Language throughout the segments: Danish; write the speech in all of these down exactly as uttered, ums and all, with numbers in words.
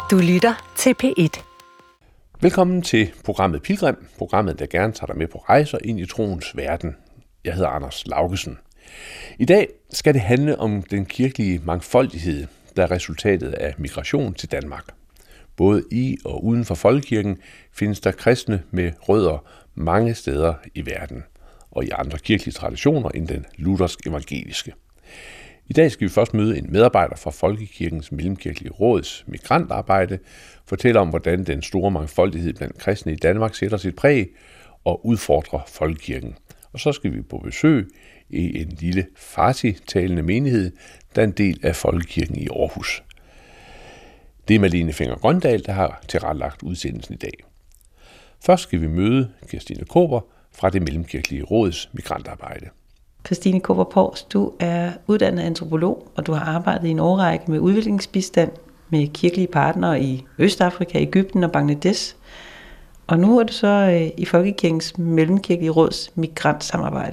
Du lytter til P et. Velkommen til programmet Pilgrim, programmet, der gerne tager dig med på rejser ind i troens verden. Jeg hedder Anders Laugesen. I dag skal det handle om den kirkelige mangfoldighed, der er resultatet af migration til Danmark. Både i og uden for folkekirken findes der kristne med rødder mange steder i verden, og i andre kirkelige traditioner end den luthersk-evangeliske. I dag skal vi først møde en medarbejder fra Folkekirkens Mellemkirkelige Råds migrantarbejde, fortæller om, hvordan den store mangfoldighed blandt kristne i Danmark sætter sit præg og udfordrer folkekirken. Og så skal vi på besøg i en lille farsi-talende menighed, der er en del af Folkekirken i Aarhus. Det er Malene Fenger-Grøndal, der har tilrettelagt udsendelsen i dag. Først skal vi møde Kirstine Kaaber fra det Mellemkirkelige Råds migrantarbejde. Kirstine Kaaber Pors, du er uddannet antropolog, og du har arbejdet i en årrække med udviklingsbistand med kirkelige partnere i Østafrika, Egypten og Bangladesh. Og nu er du så i Folkekirkens Mellemkirkelige Råds migrantsamarbejde.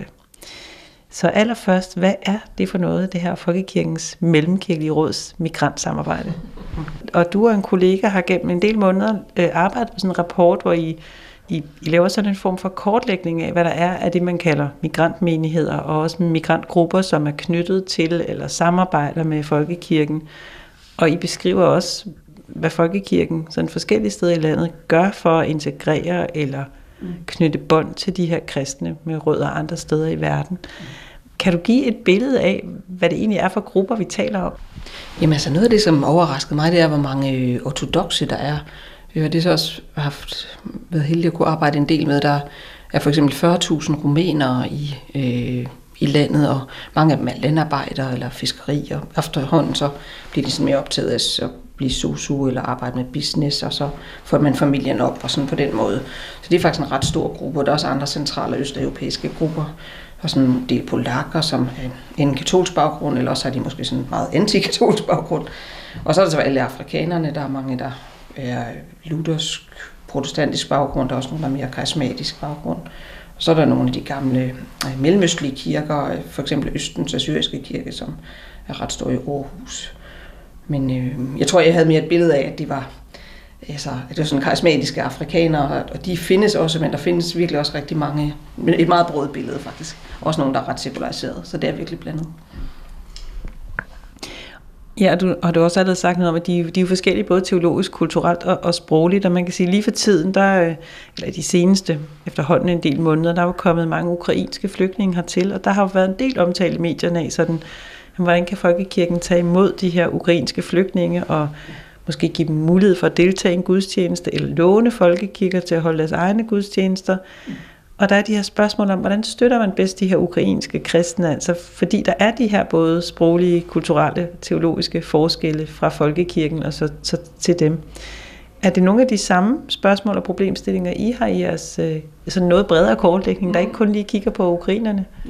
Så allerførst, hvad er det for noget, det her Folkekirkens Mellemkirkelige Råds migrantsamarbejde? Og du og en kollega har gennem en del måneder arbejdet på sådan en rapport, hvor I I, I laver sådan en form for kortlægning af, hvad der er af det, man kalder migrantmenigheder, og også migrantgrupper, som er knyttet til eller samarbejder med folkekirken. Og I beskriver også, hvad folkekirken sådan forskellige steder i landet gør for at integrere eller knytte bånd til de her kristne med rødder andre steder i verden. Kan du give et billede af, hvad det egentlig er for grupper, vi taler om? Jamen altså noget af det, som overraskede mig, det er, hvor mange ortodokse der er. Det er så også haft været heldig at kunne arbejde en del med. Der er for eksempel fyrre tusind rumænere i, øh, i landet, og mange af dem er landarbejdere eller fiskeri, og efterhånden så bliver de sådan mere optaget af at blive sosu eller arbejde med business, og så får man familien op og sådan på den måde. Så det er faktisk en ret stor gruppe, og der er også andre centrale og østeuropæiske grupper. Og sådan en del polakker, som er en katolsk baggrund, eller også har de måske sådan en meget anti-katolsk baggrund. Og så er der så alle afrikanerne, der er mange, der er luthersk, protestantisk baggrund, der er også nogle, der er mere karismatisk baggrund. Og så er der nogle af de gamle øh, mellemøstlige kirker, for eksempel Østens Assyriske kirke, som er ret stor i Aarhus. Men øh, jeg tror, jeg havde mere et billede af, at de var, altså, at det var sådan karismatiske afrikanere, og de findes også, men der findes virkelig også rigtig mange, et meget broget billede faktisk. Også nogle, der er ret sekulariseret, så det er virkelig blandet. Ja, og du har du også allerede sagt noget om, at de, de er jo forskellige, både teologisk, kulturelt og, og sprogligt, og man kan sige lige for tiden, der, eller de seneste efterhånden en del måneder, der er jo kommet mange ukrainske flygtninge hertil, og der har jo været en del omtale i medierne af sådan, hvordan kan folkekirken tage imod de her ukrainske flygtninge, og måske give dem mulighed for at deltage i en gudstjeneste, eller låne folkekirker til at holde deres egne gudstjenester. Og der er de her spørgsmål om, hvordan støtter man bedst de her ukrainske kristne, altså fordi der er de her både sproglige, kulturelle, teologiske forskelle fra folkekirken og så, så til dem. Er det nogle af de samme spørgsmål og problemstillinger, I har i jeres øh, sådan noget bredere kortlægning, der ikke kun lige kigger på ukrainerne? Ja.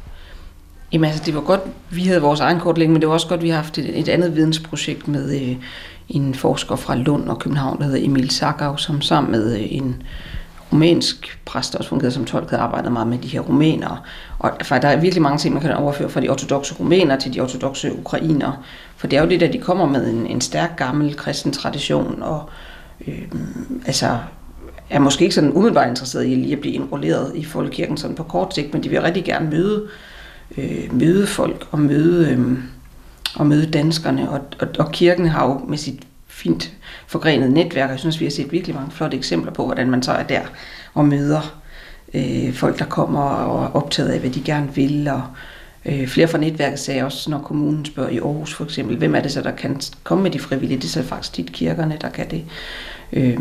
Jamen altså, det var godt, vi havde vores egen kortlægning, men det var også godt, vi har haft et, et andet vidensprojekt med øh, en forsker fra Lund og København, der hedder Emil Sakau, som sammen med øh, en rumænsk præst, der også fungerede som tolk, havde arbejdet meget med de her rumænere. Og for der er virkelig mange ting, man kan overføre fra de ortodokse rumænere til de ortodokse ukrainere. For det er jo det, der de kommer med en, en stærk, gammel kristen tradition, og øh, altså er måske ikke sådan umiddelbart interesseret i lige at blive enrolleret i folkekirken sådan på kort sigt, men de vil rigtig gerne møde, øh, møde folk og møde, øh, og møde danskerne. Og, og, og kirken har jo med sit fint forgrenet netværk. Jeg synes, vi har set virkelig mange flotte eksempler på, hvordan man så er der og møder øh, folk, der kommer og er optaget af, hvad de gerne vil. Og øh, flere fra netværket sagde også, når kommunen spørger i Aarhus for eksempel, hvem er det så, der kan komme med de frivillige? Det er så faktisk tit kirkerne, der kan det. Øh,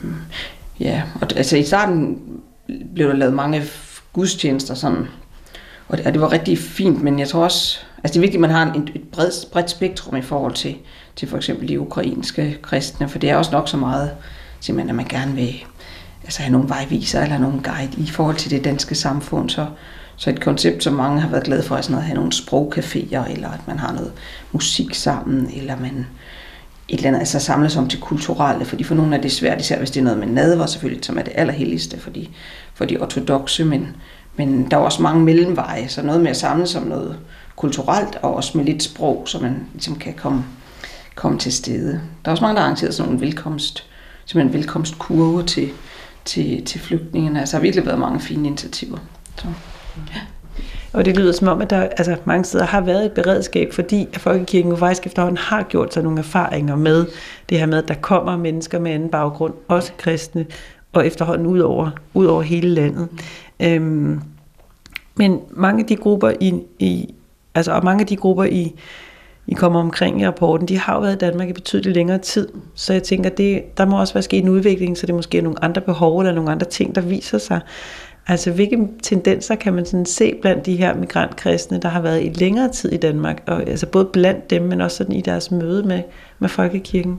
ja, og altså i starten blev der lavet mange gudstjenester sådan, og det, og det var rigtig fint, men jeg tror også, altså det er vigtigt, at man har en, et bredt, bredt spektrum i forhold til, til for eksempel de ukrainske kristne, for det er også nok så meget, simpelthen, at man gerne vil altså have nogle vejviser eller nogle guide i forhold til det danske samfund, så, så et koncept, som mange har været glade for, er sådan noget, at have nogle sprogcaféer, eller at man har noget musik sammen, eller man et eller andet, altså samles om til kulturelle, fordi for nogle er det svært, især hvis det er noget med nadver selvfølgelig, som er det allerhelligste for de, for de ortodokse, men, men der er også mange mellemveje, så noget med at samles om noget kulturelt, og også med lidt sprog, så man ligesom kan komme, komme til stede. Der er også mange, der arrangerer sådan nogle velkomst, simpelthen velkomstkurve til, til, til flygtningene. Altså, der har virkelig været mange fine initiativer. Så, ja. Og det lyder som om, at der altså, mange steder har været et beredskab, fordi at Folkekirken jo faktisk efterhånden har gjort sig nogle erfaringer med det her med, at der kommer mennesker med anden baggrund, også kristne, og efterhånden ud over, ud over hele landet. Øhm, men mange af de grupper, I, i, altså, og mange af de grupper, I, I kommer omkring i rapporten, de har jo været i Danmark i betydeligt længere tid. Så jeg tænker, det, der må også være sket en udvikling, så det måske er nogle andre behov eller nogle andre ting, der viser sig. Altså, hvilke tendenser kan man sådan se blandt de her migrantkristne, der har været i længere tid i Danmark, og altså både blandt dem, men også sådan i deres møde med, med Folkekirken?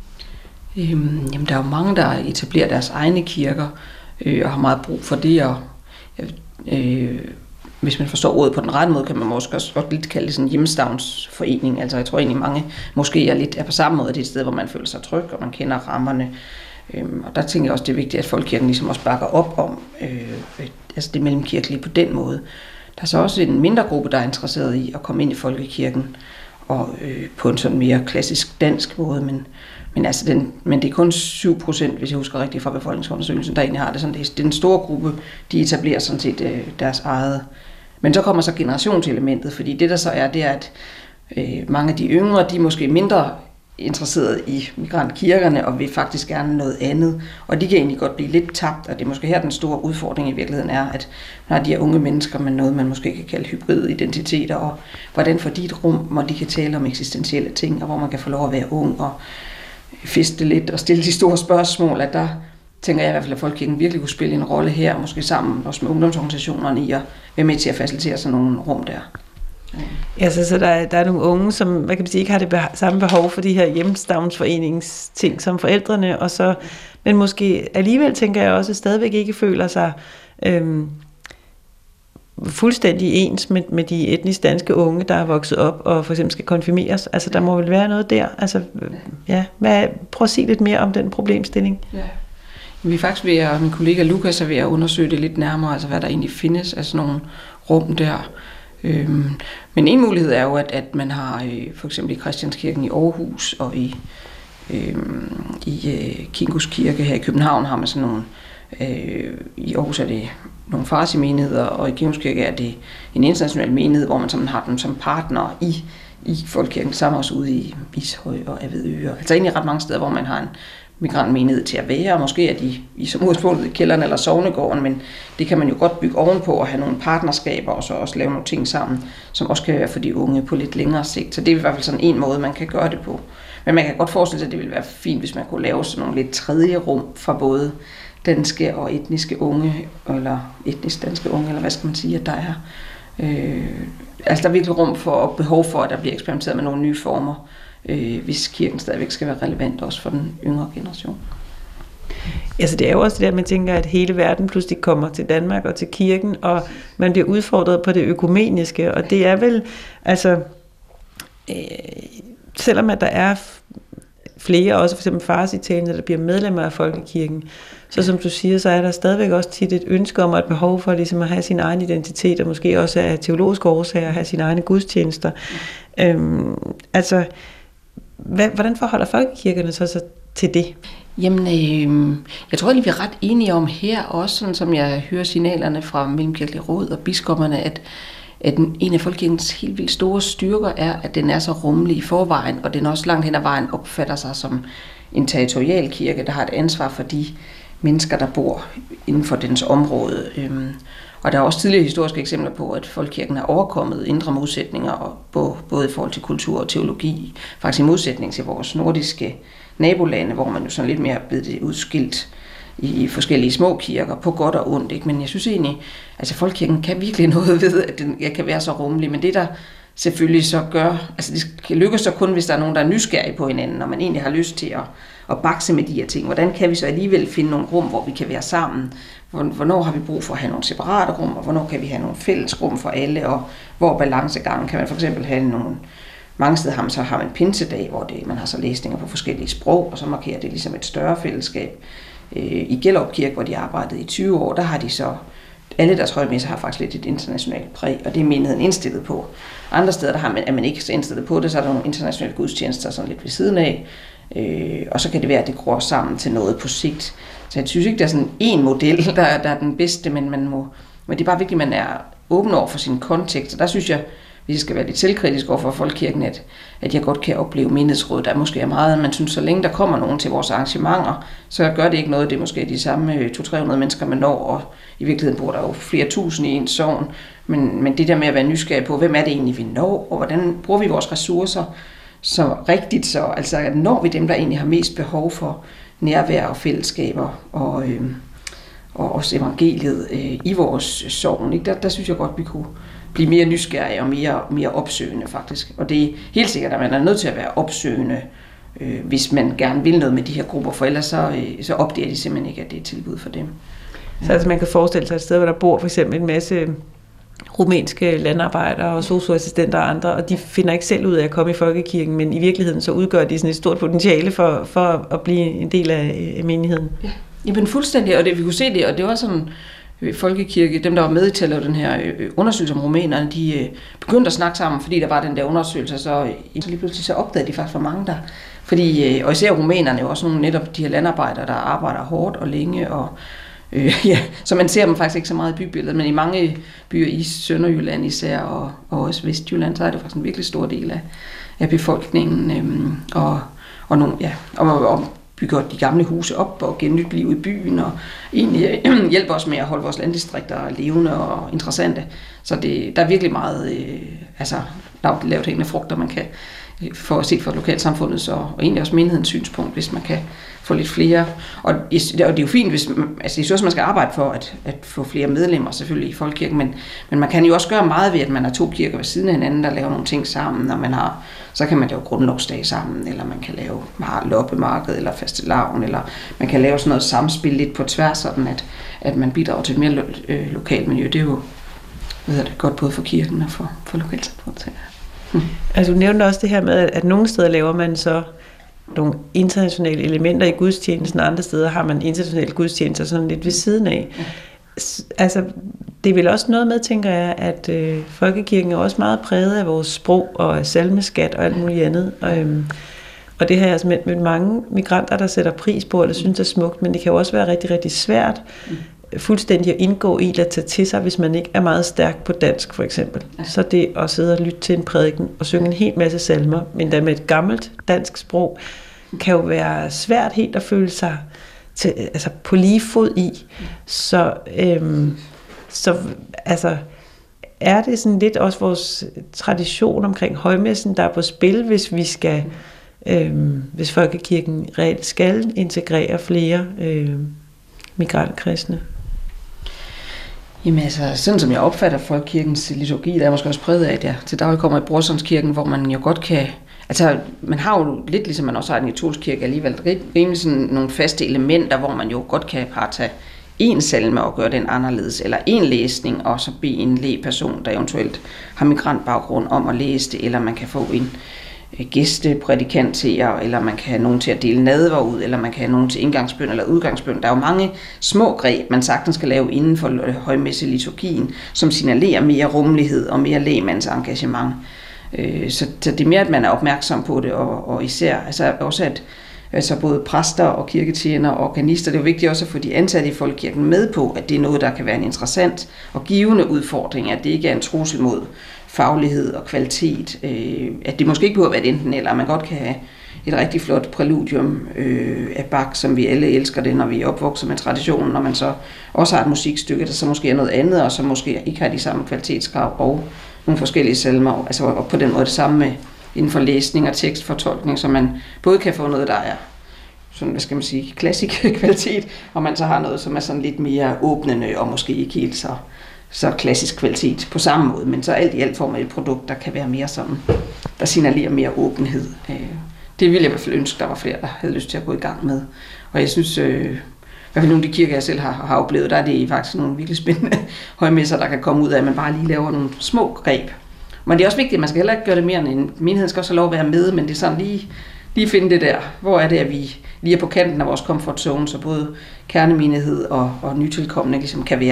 Øhm, jamen, der er jo mange, der etablerer deres egne kirker, øh, og har meget brug for det, og øh, hvis man forstår ordet på den rette måde, kan man måske også godt lidt kalde det sådan en hjemstavnsforening. Altså, jeg tror egentlig, mange måske er lidt er på samme måde, det er et sted, hvor man føler sig tryg, og man kender rammerne. Øhm, og der tænker jeg også, det er vigtigt, at Folkekirken ligesom også bakker op om øh, altså det mellemkirkelige på den måde. Der er så også en mindre gruppe, der er interesseret i at komme ind i Folkekirken, og øh, på en sådan mere klassisk dansk måde, men, men, altså den, men det er kun syv procent, hvis jeg husker rigtigt fra befolkningsundersøgelsen, der egentlig har det sådan. Det er den store gruppe, de etablerer sådan set øh, deres eget. Men så kommer så generationselementet, fordi det der så er, det er, at øh, mange af de yngre, de er måske mindre interesseret i migrantkirkerne og vil faktisk gerne noget andet. Og de kan egentlig godt blive lidt tabt, og det er måske her den store udfordring i virkeligheden er, at man har de her unge mennesker med noget, man måske kan kalde hybride identiteter, og hvordan får de et rum, hvor de kan tale om eksistentielle ting, og hvor man kan få lov at være ung og feste lidt og stille de store spørgsmål, at der tænker jeg i hvert fald, at Folkekirken virkelig kunne spille en rolle her, måske sammen også med ungdomsorganisationerne i at være med til at facilitere sådan nogle rum der. Ja, så, så der, der er nogle unge, som hvad kan man sige, ikke har det beha- samme behov for de her hjemstavnsforeningsting som forældrene, og så, men måske alligevel tænker jeg også, at stadigvæk ikke føler sig øhm, fuldstændig ens med, med de etnisk danske unge, der er vokset op og for eksempel skal konfirmeres. Altså der må vel være noget der. Altså, ja, hvad, prøv at sige lidt mere om den problemstilling. Ja. Vi er faktisk ved at, min kollega Lukas er ved at undersøge det lidt nærmere, altså hvad der egentlig findes af sådan nogle rum der. Øhm, men en mulighed er jo, at, at man har øh, for eksempel i Christianskirken i Aarhus og i, øh, i øh, Kingus Kirke her i København har man sådan nogle, øh, i Aarhus er det nogle farsi-menigheder, og i Kingus Kirke er det en international menighed, hvor man sådan har dem som partner i, i Folkekirken, sammen også ude i Ishøj og Avedøre. Altså egentlig ret mange steder, hvor man har en migrantmenighed til at være, og måske er de i som udgangspunkt i kælderen eller sognegården, men det kan man jo godt bygge ovenpå og have nogle partnerskaber, og så også lave nogle ting sammen, som også kan være for de unge på lidt længere sigt. Så det er i hvert fald sådan en måde, man kan gøre det på. Men man kan godt forestille sig, at det ville være fint, hvis man kunne lave sådan nogle lidt tredje rum for både danske og etniske unge, eller etnisk danske unge, eller hvad skal man sige, at der er. Øh, altså der er virkelig rum for og behov for, at der bliver eksperimenteret med nogle nye former, Øh, hvis kirken stadigvæk skal være relevant også for den yngre generation. Altså det er jo også det der, man tænker, at hele verden pludselig kommer til Danmark og til kirken, og man bliver udfordret på det økumeniske, og det er vel, altså, øh, selvom at der er flere, også for eksempel farsi-talende, der bliver medlemmer af Folkekirken, så som du siger, så er der stadigvæk også tit et ønske om og et behov for ligesom at have sin egen identitet, og måske også af teologiske årsager at have sine egne gudstjenester. Mm. Øhm, altså, hvad, hvordan forholder folkekirkerne så, så til det? Jamen, øh, jeg tror lige, vi er ret enige om her, også sådan som jeg hører signalerne fra Mellemkirkelig Råd og biskopperne, at, at en af folkekirkens helt vildt store styrker er, at den er så rummelig i forvejen, og den også langt hen ad vejen opfatter sig som en territorial kirke, der har et ansvar for de mennesker, der bor inden for dens område. Øhm, og der er også tidligere historiske eksempler på, at folkekirken har overkommet indre modsætninger, både i forhold til kultur og teologi, faktisk i modsætning til vores nordiske nabolande, hvor man jo sådan lidt mere er blevet det udskilt i forskellige små kirker, på godt og ondt. Ikke? Men jeg synes egentlig, altså folkekirken kan virkelig noget ved, at den kan være så rummelig, men det der selvfølgelig så gør, altså det kan lykkes så kun, hvis der er nogen, der er nysgerrige på hinanden, og man egentlig har lyst til at, at bakse med de her ting. Hvordan kan vi så alligevel finde nogle rum, hvor vi kan være sammen? Hvornår har vi brug for at have nogle separate rum, og hvornår kan vi have nogle fælles rum for alle, og hvor balancegangen kan man for eksempel have nogle. Mange steder har man så har man pinsedag, hvor det, man har så læsninger på forskellige sprog, og så markerer det ligesom et større fællesskab. I Gellerup Kirke, hvor de arbejdede i tyve år, der har de så alle deres højmesser har faktisk lidt et internationalt præg, og det er menigheden indstillet på. Andre steder der har man, er man ikke så indstillet på det, så er der nogle internationale gudstjenester sådan lidt ved siden af, øh, og så kan det være, at det gror sammen til noget på sigt. Så jeg synes ikke, der er sådan en model, der, der er den bedste, men, man må, men det er bare vigtigt, at man er åben over for sin kontekst, og der synes jeg, hvis jeg skal være lidt selvkritisk over for folkekirken, at, at jeg godt kan opleve menighedsrådet, der måske er meget, man synes, så længe der kommer nogen til vores arrangementer, så gør det ikke noget, det er måske de samme to hundrede til tre hundrede mennesker, man når, og i virkeligheden bor der jo flere tusind i en sogn, men, men det der med at være nysgerrig på, hvem er det egentlig, vi når, og hvordan bruger vi vores ressourcer så rigtigt, så altså når vi dem, der egentlig har mest behov for nærvær og fællesskaber, og, øh, og også evangeliet øh, i vores sogn, ikke? Der, der synes jeg godt, vi kunne blive mere nysgerrige og mere, mere opsøgende faktisk. Og det er helt sikkert, at man er nødt til at være opsøgende, øh, hvis man gerne vil noget med de her grupper, for ellers så, øh, så opdager de simpelthen ikke, at det er et tilbud for dem. Så altså man kan forestille sig et sted, hvor der bor for eksempel en masse rumænske landarbejdere og sosu-assistenter og andre, og de finder ikke selv ud af at komme i folkekirken, men i virkeligheden så udgør de sådan et stort potentiale for, for at blive en del af menigheden. Ja, jamen fuldstændig, og det, vi kunne se det, og det var sådan folkekirke, dem der var med til at lave den her undersøgelse om rumænerne, de begyndte at snakke sammen, fordi der var den der undersøgelse, så lige pludselig så opdagede de faktisk, hvor mange der, fordi, og især rumænerne er jo også nogle netop de her landarbejdere, der arbejder hårdt og længe, og øh, ja, så man ser dem faktisk ikke så meget i bybilledet, men i mange byer i Sønderjylland især, og, og også Vestjylland, så er det faktisk en virkelig stor del af, af befolkningen, øhm, og, og, nogle, ja, og, og bygger de gamle huse op og giver nyt liv i byen, og egentlig hjælper os med at holde vores landdistrikter levende og interessante. Så det, der er virkelig meget øh, altså, lavt, lavt hængende frugter, man kan få set fra lokalsamfundet, og, og egentlig også menighedens synspunkt, hvis man kan få lidt flere. Og, og det er jo fint, hvis altså, det er også, man skal arbejde for at, at få flere medlemmer selvfølgelig i folkekirken, men, men man kan jo også gøre meget ved, at man har to kirker ved siden af hinanden, der laver nogle ting sammen, og man har, så kan man lave grundlovsdag sammen, eller man kan lave loppemarked, eller fastelavn, eller man kan lave sådan noget samspil lidt på tværs, sådan at, at man bidrager til et mere lo, øh, lokalt miljø. Det er jo hvad det, godt både for kirken og for, for lokalsamfundet. Hmm. Altså du nævnte også det her med, at nogle steder laver man så nogle internationale elementer i gudstjenesten, og andre steder har man internationale gudstjenester sådan lidt ved siden af. Altså, det er vel også noget med, tænker jeg, at øh, folkekirken er også meget præget af vores sprog og salmeskat og alt muligt andet. Og, øhm, og det har jeg altså med, med mange migranter, der sætter pris på, eller synes det er smukt, men det kan jo også være rigtig, rigtig svært fuldstændig at indgå i, eller tage til sig, hvis man ikke er meget stærk på dansk, for eksempel. Så det at sidde og lytte til en prædiken og synge en hel masse salmer, men da med et gammelt dansk sprog, kan jo være svært helt at føle sig til, altså på lige fod i. Så, øhm, så altså, er det sådan lidt også vores tradition omkring højmessen, der er på spil, hvis vi skal, øhm, hvis folkekirken reelt skal integrere flere øhm, migrantkristne? Jamen altså, sådan som jeg opfatter folkekirkens liturgi, der er måske også præget af, at jeg til daglig kommer i Brorsonskirken, hvor man jo godt kan, altså man har jo lidt ligesom man også har i den katolske kirke alligevel, rimelig sådan nogle faste elementer, hvor man jo godt kan bare tage en salme og gøre den anderledes, eller en læsning, og så bede en lægperson, der eventuelt har migrantbaggrund, om at læse det, eller man kan få en gæsteprædikant til jer, eller man kan have nogen til at dele nadver ud, eller man kan have nogen til indgangsbøn eller udgangsbøn. Der er jo mange små greb, man sagtens skal lave inden for højmesseliturgien, som signalerer mere rummelighed og mere lægmands engagement. Så det er mere, at man er opmærksom på det, og, og især altså også at altså både præster og kirketjenere og organister, det er jo vigtigt også at få de ansatte i folkekirken med på, at det er noget, der kan være en interessant og givende udfordring, at det ikke er en trussel mod faglighed og kvalitet, øh, at det måske ikke behøver at være enten eller, man godt kan have et rigtig flot præludium øh, af Bach, som vi alle elsker det, når vi er opvokset med traditionen, når man så også har et musikstykke, der så måske er noget andet, og så måske ikke har de samme kvalitetskrav og nogle forskellige salmer, altså og på den måde det samme med inden for læsning og tekstfortolkning, så man både kan få noget, der er sådan, hvad skal man sige, klassisk kvalitet, og man så har noget, som er sådan lidt mere åbnende og måske ikke helt så så klassisk kvalitet på samme måde, men så alt i alt får man et produkt, der kan være mere sådan, der signalerer mere åbenhed. Det ville jeg i hvert fald ønske, der var flere, der havde lyst til at gå i gang med. Og jeg synes, øh, i hvert fald nogle af de kirker, jeg selv har, har oplevet, der er det faktisk nogle virkelig spændende højmesser, der kan komme ud af, at man bare lige laver nogle små greb. Men det er også vigtigt, at man skal heller ikke gøre det mere end en menighed, skal også have lov at være med, men det er sådan lige, lige finde det der, hvor er det, at vi lige er på kanten af vores comfort zone, så både kernemenighed og, og nytilkommende ligesom kan være der.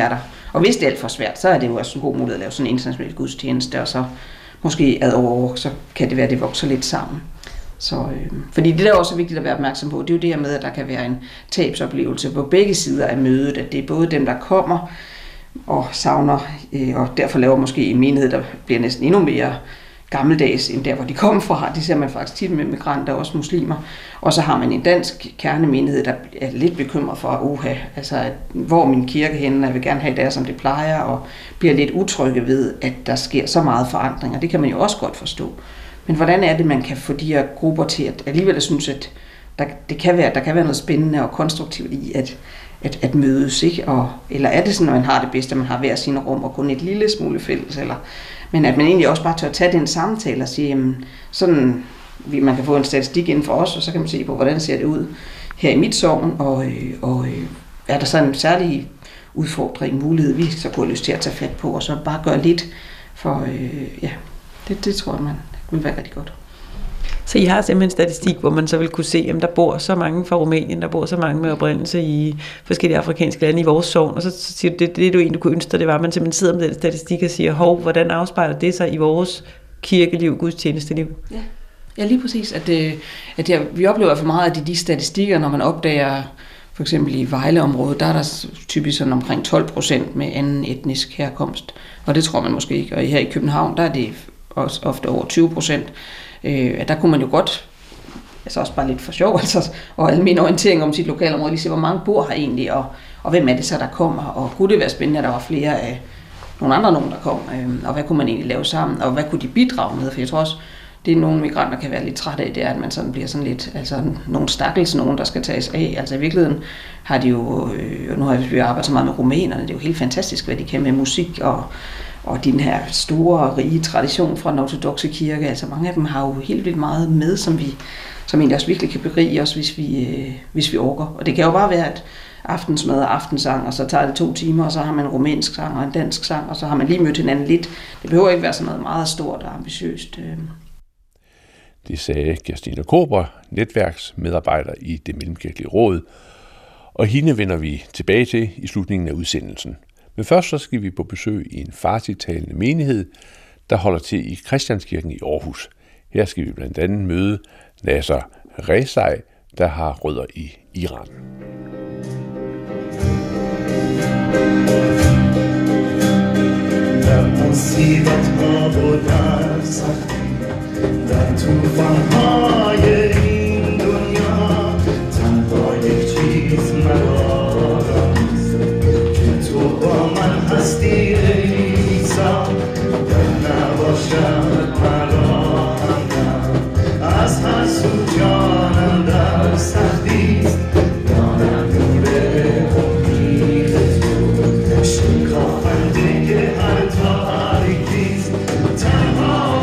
Og hvis det er alt for svært, så er det jo også en god mulighed at lave sådan en international gudstjeneste, og så måske ad over, så kan det være, at det vokser lidt sammen. Så, øh, fordi det der er også vigtigt at være opmærksom på, det er jo det her med, at der kan være en tabsoplevelse på begge sider af mødet, at det er både dem, der kommer og savner, øh, og derfor laver måske en menighed, der bliver næsten endnu mere gammeldags end der, hvor de kommer fra. Det ser man faktisk tit med migranter, også muslimer. Og så har man en dansk kernemenighed, der er lidt bekymret for, uha, altså, at, hvor min kirke henne, jeg vil gerne have det der, som det plejer, og bliver lidt utrygge ved, at der sker så meget forandring, og det kan man jo også godt forstå. Men hvordan er det, man kan få de her grupper til at alligevel synes, at der, det kan være, der kan være noget spændende og konstruktivt i at, at, at mødes, ikke? Og, eller er det sådan, at man har det bedste, at man har hver sine rum og kun et lille smule fælles, eller, men at man egentlig også bare tør tage den samtale og sige, jamen, sådan, man kan få en statistik inden for os, og så kan man se på, hvordan ser det ud her i mit sogn, og, og er der så en særlig udfordring, mulighed, vi så kunne have lyst til at tage fat på, og så bare gøre lidt, for øh, ja, det, det tror jeg, man vil være rigtig godt. Så I har simpelthen en statistik, hvor man så vil kunne se, at der bor så mange fra Rumænien, der bor så mange med oprindelse i forskellige afrikanske lande i vores sogn, og så siger du, det, det du egentlig kunne ønske dig, det var, at man simpelthen sidder med den statistik og siger, hov, hvordan afspejler det sig i vores kirkeliv, gudstjenesteliv? Ja. Ja, lige præcis. At, det, at jeg, vi oplever for meget af de, de statistikker, når man opdager, for eksempel i Vejleområdet, der er der typisk sådan omkring tolv procent med anden etnisk herkomst, og det tror man måske ikke. Og her i København, der er det også ofte over tyve procent. Øh, der kunne man jo godt, altså også bare lidt for sjov, altså, og almen orientering om sit lokalområde, lige se, hvor mange bor her egentlig, og, og hvem er det så, der kommer, og kunne det være spændende, at der var flere af nogle andre nogen, der kom, øh, og hvad kunne man egentlig lave sammen, og hvad kunne de bidrage med, for jeg tror også, det er nogle migranter kan være lidt trætte af, det er, at man sådan bliver sådan lidt, altså nogle stakkels nogen, der skal tages af. Altså i virkeligheden har de jo, øh, nu har vi arbejdet så meget med rumænerne, det er jo helt fantastisk, hvad de kan med musik og, og den her store, rige tradition fra den ortodokse kirke. Altså mange af dem har jo helt vildt meget med, som vi, som egentlig også virkelig kan berige os, hvis vi, øh, hvis vi orker. Og det kan jo bare være, at aftensmad og aftensang, og så tager det to timer, og så har man en rumænsk sang og en dansk sang, og så har man lige mødt hinanden lidt. Det behøver ikke være sådan noget meget stort og ambitiøst. Øh. Det sagde Kirstine Kåber, netværksmedarbejder i Det Mellemkirkelige Råd, og hende vender vi tilbage til i slutningen af udsendelsen. Men først så skal vi på besøg i en farsitalende menighed, der holder til i Christianskirken i Aarhus. Her skal vi blandt andet møde Nasser Rezai, der har rødder i Iran. در طوفان‌های این دنیا تنها یک چیز مدارست که تو با من هستی ای عیسی در نباشد مرا همدم از هر سو جانم در سختیست دانم نور امید تو شکافنده هر تاریکیست تنها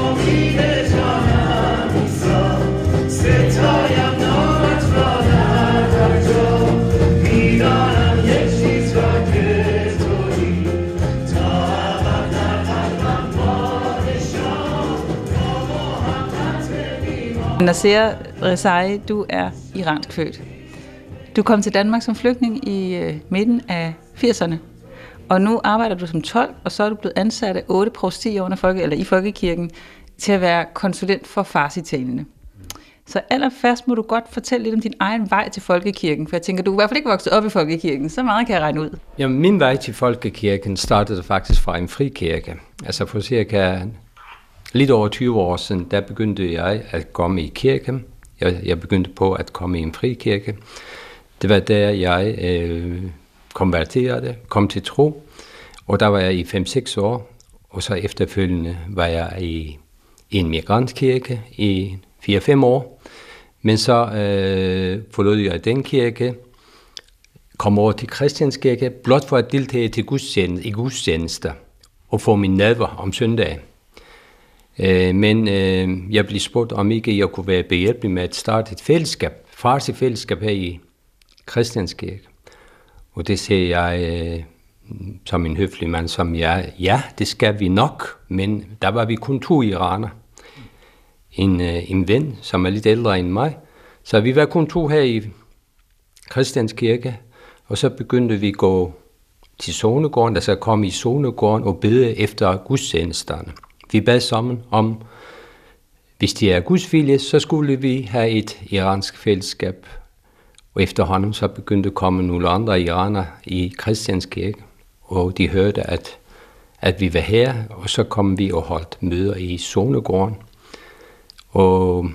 Nasser Rezai, du er iransk født. Du kom til Danmark som flygtning i øh, midten af firserne, og nu arbejder du som tolk, og så er du blevet ansat af otte provstier folke, eller i Folkekirken til at være konsulent for farsitalende. Så allerførst må du godt fortælle lidt om din egen vej til Folkekirken, for jeg tænker, du er i hvert fald ikke vokset op i Folkekirken, så meget kan jeg regne ud. Jamen, min vej til Folkekirken startede faktisk fra en frikirke. Altså for cirka lidt over tyve år siden, der begyndte jeg at komme i kirken. Jeg, jeg begyndte på at komme i en frikirke. Det var der, jeg øh, konverterede, kom til tro, og der var jeg i fem seks år, og så efterfølgende var jeg i, i en migrantkirke i fire fem år. Men så øh, forlod jeg den kirke, kom over til Christianskirke, blot for at deltage til gudstjeneste, i gudstjenester og få min nadver om søndagen. Øh, men øh, jeg blev spurgt, om ikke jeg kunne være behjælpelig med at starte et fællesskab, farsi fællesskab her i Christianskirke. Og det siger jeg øh, som en høflig mand, som jeg, ja, det skal vi nok, men der var vi kun to iraner. En, øh, en ven, som er lidt ældre end mig. Så vi var kun to her i Christianskirke, og så begyndte vi at gå til Sognegården, der skal komme i Sognegården og bede efter gudstjenesterne. Vi bad sammen om, hvis de er Guds vilje, så skulle vi have et iransk fællesskab. Og efterhånden så begyndte at komme nogle andre iraner i Christianskirke, og de hørte, at, at vi var her, og så kom vi og holdt møder i Sognegården. Og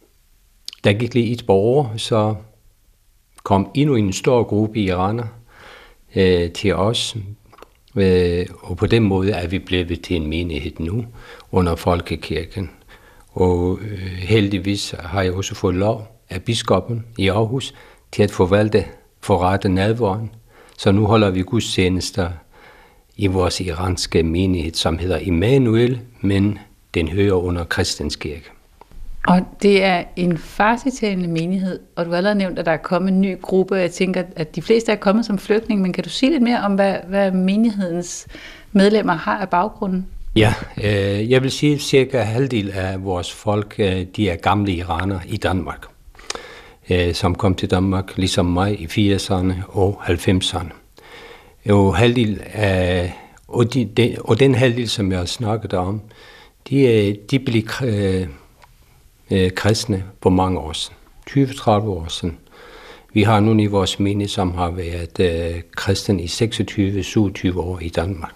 der gik lige et par år, så kom endnu en stor gruppe iraner øh, til os, øh, og på den måde er vi blevet til en menighed nu under Folkekirken. Og øh, heldigvis har jeg også fået lov af biskoppen i Aarhus til at forvalte forrette nadvåren. Så nu holder vi gudstjenester i vores iranske menighed, som hedder Immanuel, men den hører under Christianskirke. Og det er en farsitalende menighed, og du har allerede nævnt, at der er kommet en ny gruppe. Jeg tænker, at de fleste er kommet som flygtninge, men kan du sige lidt mere om, hvad, hvad menighedens medlemmer har af baggrunden? Ja, øh, jeg vil sige, at cirka halvdel af vores folk, øh, de er gamle iranere i Danmark, øh, som kom til Danmark ligesom mig i firserne og halvfemserne. Og, halvdel af, og, de, de, og den halvdel, som jeg har snakket om, de, de blev øh, øh, kristne for mange år siden, tyve til tredive år siden. Vi har nogle i vores menighed, som har været øh, kristen i seksogtyve til syvogtyve år i Danmark.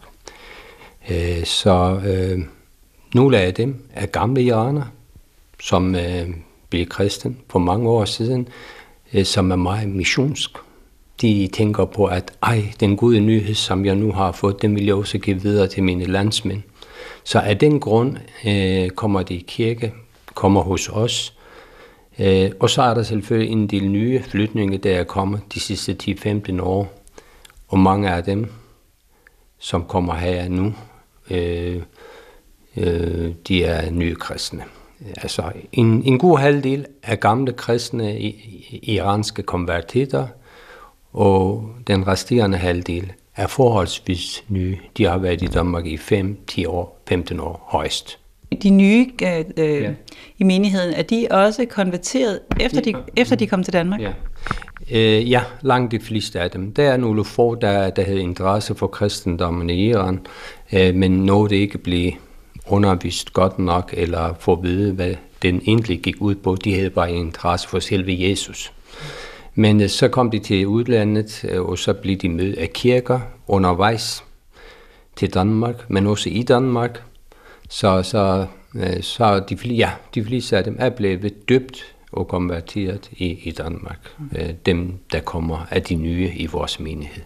Øh, så øh, nogle af dem er gamle iraner, som øh, blev kristen for mange år siden, øh, som er meget missionsk. De tænker på, at ej, den gode nyhed, som jeg nu har fået, den vil jeg også give videre til mine landsmænd. Så af den grund øh, kommer de i kirke, kommer hos os. Øh, og så er der selvfølgelig en del nye flytninge, der er kommet de sidste ti til femten år. Og mange af dem, som kommer her nu, øh, øh, de er nye kristne. Altså en, en god halvdel af gamle kristne i, i, iranske konvertitter, og den resterende halvdel er forholdsvis nye. De har været i Danmark i fem til ti år, femten år højst. De nye øh, øh, ja. i menigheden, er de også konverteret, efter de, efter de kom til Danmark? Ja. Øh, ja, langt de fleste af dem. Der er nogle få, der, der havde interesse for kristendommen i Iran, øh, men nåede ikke blive undervist godt nok, eller få at vide, hvad den egentlig gik ud på. De havde bare interesse for selve Jesus. Men øh, så kom de til udlandet, øh, og så blev de mødt af kirker undervejs til Danmark, men også i Danmark. Så, så, øh, så de, ja, de fleste af dem er blevet døbt og konverteret i, i Danmark. Øh, dem, der kommer af de nye i vores menighed.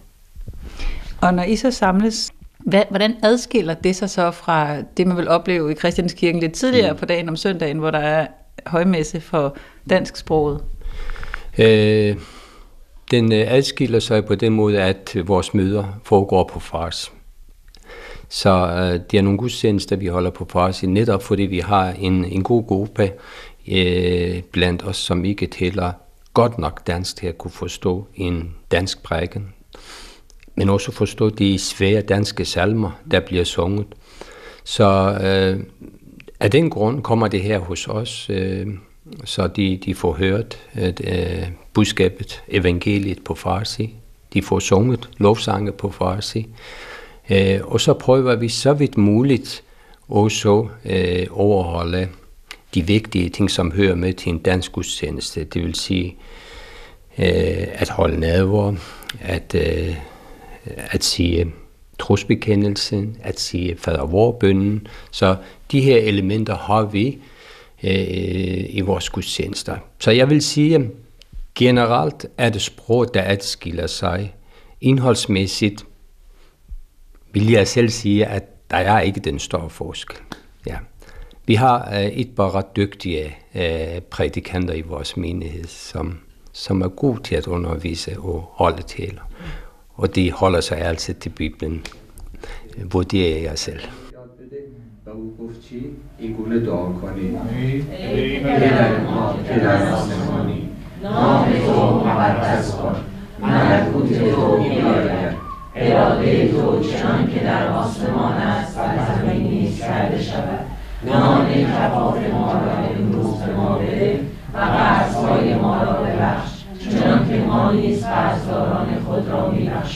Og når I så samles, hvad, hvordan adskiller det sig så fra det, man vil opleve i Christianskirken lidt tidligere mm. på dagen om søndagen, hvor der er højmesse for dansksproget? Øh, den adskiller sig på den måde, at vores møder foregår på farsi. Så øh, det er nogle gudstjenester, vi holder på farsi, netop fordi vi har en, en god gruppe øh, blandt os, som ikke taler godt nok dansk til at kunne forstå en dansk prædiken, men også forstå de svære danske salmer, der bliver sunget. Så øh, af den grund kommer det her hos os, øh, så de, de får hørt øh, budskabet, evangeliet på farsi. De får sunget lovsange på farsi. Øh, og så prøver vi så vidt muligt også øh, overholde de vigtige ting, som hører med til en dansk gudstjeneste. Det vil sige øh, at holde nadver, at, øh, at sige trosbekendelsen, at sige fader vor bønnen. Så de her elementer har vi øh, i vores gudstjenester. Så jeg vil sige, generelt er det sprog, der adskiller sig. Indholdsmæssigt vil jeg selv sige, at der er ikke den store forskel. Ja. Vi har øh, et par ret dygtige øh, prædikanter i vores menighed, som, som er gode til at undervise og holde taler. Og de holder sig altid til Bibelen, vurderer jeg selv. و او گفت چی؟ این گونه دعا کنید ای پدر ما که در آسمانی نام تو مقدس کن ملکوت تو بیاید اراده تو چنان که در آسمان است بر زمین نیز کرده شود نان کفاف ما را امروز به ما بده و قرضهای ما را ببخش چنان که ما نیز قرضداران خود را میبخشیم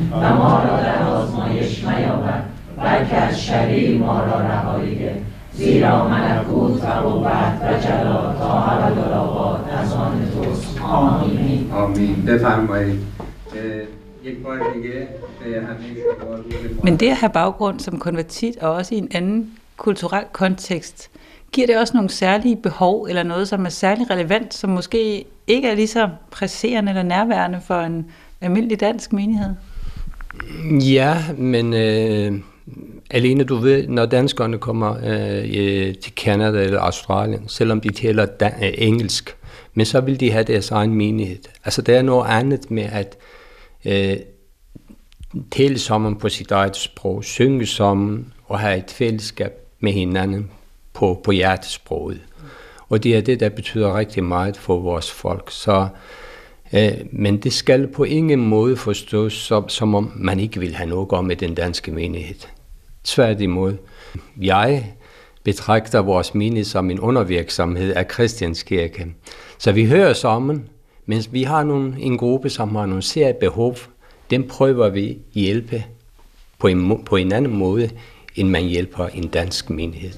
و ما را در آزمایش میاور بلکه از شری ما را رهایی ده زیرا ملکوت و قوت و جلال تا ابدالآباد از آن توست. آمین. آمین. بفرمایید. یک بار دیگه به همه شما روز Men det at have baggrund som konvertit og også i en anden kulturel kontekst, giver det også nogle særlige behov eller noget, som er særlig relevant, som måske ikke er lige så presserende eller nærværende for en almindelig dansk menighed? Ja, men øh, alene du ved, når danskerne kommer øh, til Canada eller Australien, selvom de taler dan- øh, engelsk, men så vil de have deres egen menighed. Altså der er noget andet med at øh, tale sammen på sit eget sprog, synge sammen og have et fællesskab med hinanden på, på hjertesproget. Og det er det, der betyder rigtig meget for vores folk. Så, øh, men det skal på ingen måde forstås som, som om man ikke vil have noget at gøre med den danske menighed. Tværtimod. Jeg betragter vores menighed som en undervirksomhed af Kristianskirke. Så vi hører sammen, mens vi har nogle, en gruppe, som har nogle særlige behov. Den prøver vi hjælpe på en, på en anden måde, end man hjælper en dansk menighed.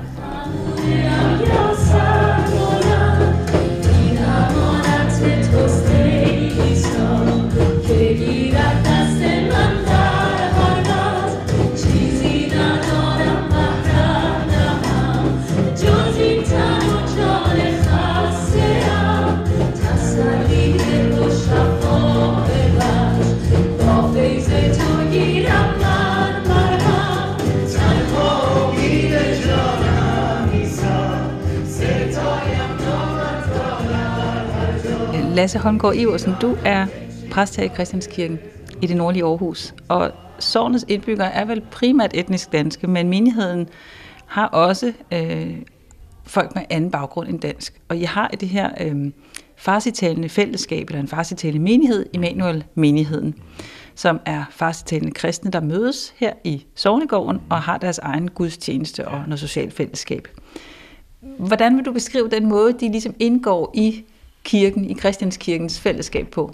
Lasse Holmgaard Iversen, du er præst her i Christianskirken i det nordlige Aarhus, og sognets indbyggere er vel primært etnisk danske, men menigheden har også øh, folk med anden baggrund end dansk. Og I har i det her øh, farsitalende fællesskab, eller en farsitalende menighed, Immanuel-menigheden, som er farsitalende kristne, der mødes her i sognegården og har deres egen gudstjeneste og noget socialt fællesskab. Hvordan vil du beskrive den måde, de ligesom indgår i kirken, i Christianskirkens fællesskab på?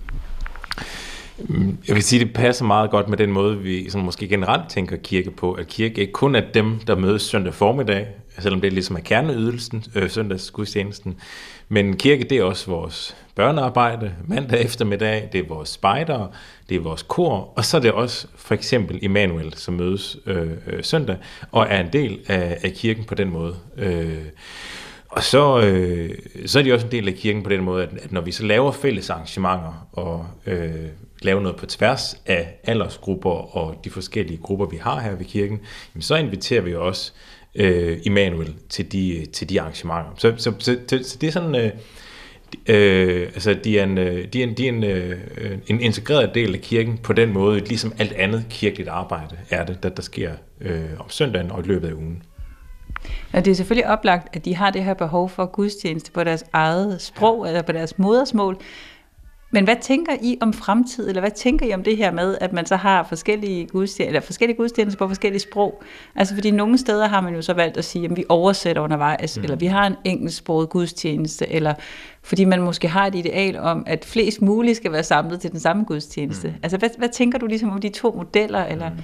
Jeg vil sige, det passer meget godt med den måde, vi sådan måske generelt tænker kirke på, at kirke ikke kun er dem, der mødes søndag formiddag, selvom det ligesom er kerneydelsen, øh, søndagsgudstjenesten, men kirke, det er også vores børnearbejde, mandag eftermiddag, det er vores spejdere, det er vores kor, og så er det også for eksempel Immanuel, som mødes øh, øh, søndag, og er en del af, af kirken på den måde. Øh, Og så, øh, så er de også en del af kirken på den måde, at, at når vi så laver fælles arrangementer og øh, laver noget på tværs af aldersgrupper og de forskellige grupper, vi har her ved kirken, jamen, så inviterer vi også øh, Immanuel til de, til de arrangementer. Så, så, så, så det er sådan, øh, øh, altså de er, en, de er, en, de er en, øh, en integreret del af kirken på den måde, ligesom alt andet kirkeligt arbejde er det, der, der sker øh, om søndagen og i løbet af ugen. Og det er selvfølgelig oplagt, at de har det her behov for gudstjeneste på deres eget sprog, eller på deres modersmål. Men hvad tænker I om fremtid, eller hvad tænker I om det her med, at man så har forskellige gudstjenester, eller forskellige gudstjenester på forskellige sprog? Altså fordi nogle steder har man jo så valgt at sige, at vi oversætter undervejs, mm. eller vi har en engelsksproget gudstjeneste, eller fordi man måske har et ideal om, at flest muligt skal være samlet til den samme gudstjeneste. Mm. Altså hvad, hvad tænker du ligesom om de to modeller, eller... Mm.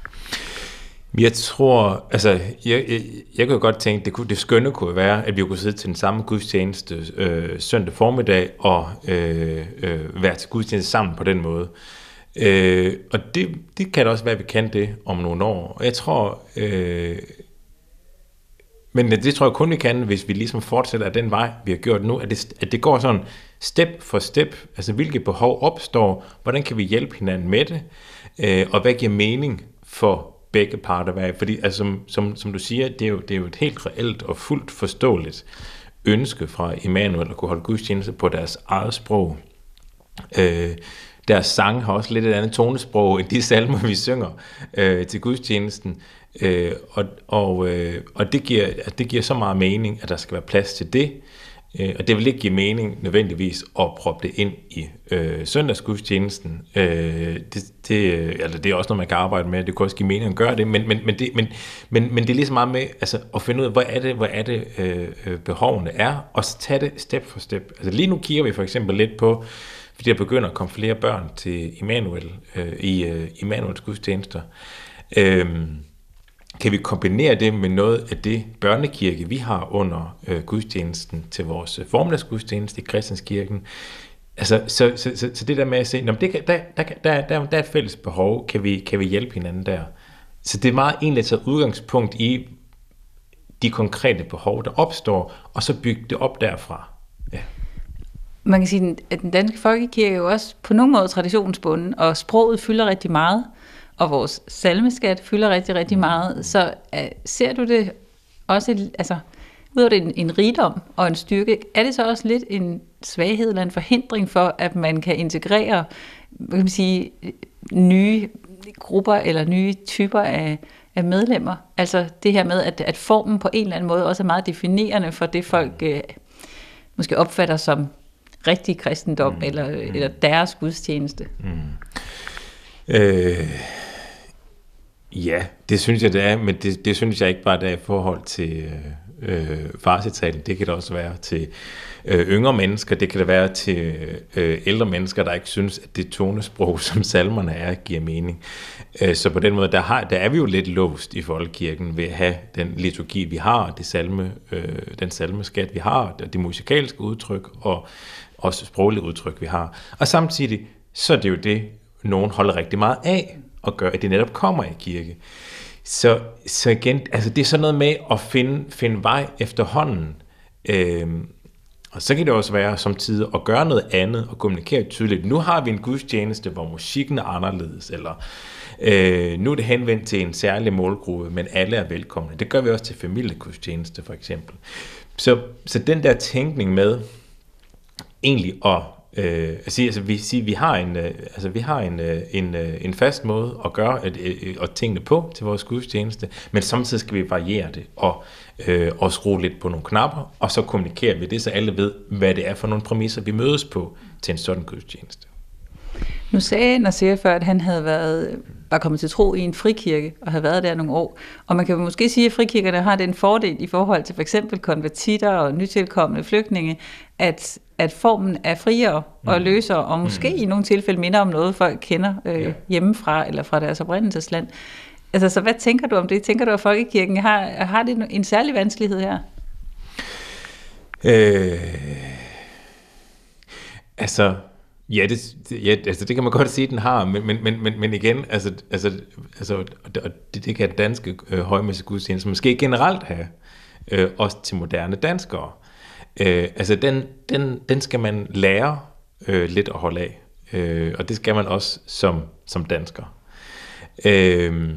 Jeg tror, altså, jeg, jeg, jeg kan jo godt tænke, det, kunne, det skønne kunne være, at vi kunne sidde til den samme gudstjeneste øh, søndag formiddag og øh, øh, være til gudstjeneste sammen på den måde. Øh, og det, det kan da også være, at vi kan det om nogle år. Og jeg tror, øh, men det tror jeg kun, vi kan, hvis vi ligesom fortsætter af den vej, vi har gjort nu, at det, at det går sådan step for step, altså hvilke behov opstår, hvordan kan vi hjælpe hinanden med det, øh, og hvad giver mening for begge parter være, fordi altså, som, som, som du siger, det er, jo, det er jo et helt reelt og fuldt forståeligt ønske fra Immanuel at kunne holde gudstjeneste på deres eget sprog. Øh, deres sang har også lidt et andet tonesprog end de salmer, vi synger øh, til gudstjenesten, øh, og, og, øh, og det, giver, det giver så meget mening, at der skal være plads til det, øh, og det vil ikke give mening nødvendigvis at proppe det ind i øh, søndagsgudstjenesten. Øh, det, det, altså det er også noget, man kan arbejde med. Det kan også give mening at gøre det, men, men, men, det, men, men, men det er lige så meget med altså, at finde ud af, hvor er det, hvor er det øh, behovene er, og så tage det step for step. Altså lige nu kigger vi for eksempel lidt på fordi der begynder at komme flere børn til Immanuel, øh, i øh, Immanuels gudstjenester. Øh, kan vi kombinere det med noget af det børnekirke, vi har under øh, gudstjenesten til vores formiddagsgudstjeneste i Christianskirken? Altså, så, så, så, så det der med at se, det kan, der, der, der, der, der er et fælles behov, kan vi, kan vi hjælpe hinanden der? Så det er meget egentlig at tage udgangspunkt i de konkrete behov, der opstår, og så bygge det op derfra. Ja. Man kan sige, at den danske folkekirke er jo også på nogen måde traditionsbunden, og sproget fylder rigtig meget, og vores salmeskat fylder rigtig, rigtig meget. Så uh, ser du det også, altså, udover det en, en rigdom og en styrke, er det så også lidt en svaghed eller en forhindring for, at man kan integrere, hvad kan man sige, nye grupper eller nye typer af, af medlemmer? Altså det her med, at, at formen på en eller anden måde også er meget definerende for det, folk øh, måske opfatter som rigtig kristendom, mm. eller, mm. eller deres gudstjeneste. Mm. Øh, ja, det synes jeg, det er, men det, det synes jeg ikke bare, det er i forhold til øh, farsitalen. Det kan det også være til øh, yngre mennesker, det kan det være til øh, ældre mennesker, der ikke synes, at det tonesprog, som salmerne er, giver mening. Øh, så på den måde, der, har, der er vi jo lidt låst i folkekirken ved at have den liturgi, vi har, det salme, øh, den salmeskat, vi har, det musikalske udtryk og også sproglige udtryk, vi har. Og samtidig, så er det jo det, nogen holder rigtig meget af, og gør, at det netop kommer i kirke. Så, så igen, altså det er sådan noget med at finde, finde vej efterhånden. Øhm, og så kan det også være som tid at gøre noget andet og kommunikere tydeligt. Nu har vi en gudstjeneste, hvor musikken er anderledes, eller øh, nu er det henvendt til en særlig målgruppe, men alle er velkomne. Det gør vi også til familiegudstjeneste for eksempel. Så, så den der tænkning med egentlig at Øh, altså, altså vi siger, vi har en, øh, altså vi har en, øh, en, øh, en fast måde at gøre et, øh, og tingene på til vores gudstjeneste, men samtidig skal vi variere det og øh, og skrue lidt på nogle knapper, og så kommunikerer vi det, så alle ved, hvad det er for nogle præmisser, vi mødes på til en sådan gudstjeneste. Nu sagde Nasser før, at han havde været, var kommet til tro i en frikirke, og havde været der nogle år. Og man kan måske sige, at frikirkerne har den fordel i forhold til for eksempel konvertitter og nytilkommende flygtninge, at, at formen er friere og løsere, og måske mm. i nogle tilfælde minder om noget, folk kender øh, ja. hjemmefra eller fra deres oprindelsesland. Altså, så hvad tænker du om det? Tænker du, at folkekirken har, har det en særlig vanskelighed her? Øh, altså... Ja, det, ja altså det kan man godt sige, den har, men, men, men, men igen, altså, altså, altså det, det kan danske øh, højmæssige gudstjenester måske generelt have, øh, også til moderne danskere. Øh, altså den, den, den skal man lære øh, lidt at holde af, øh, og det skal man også som, som dansker. Øh,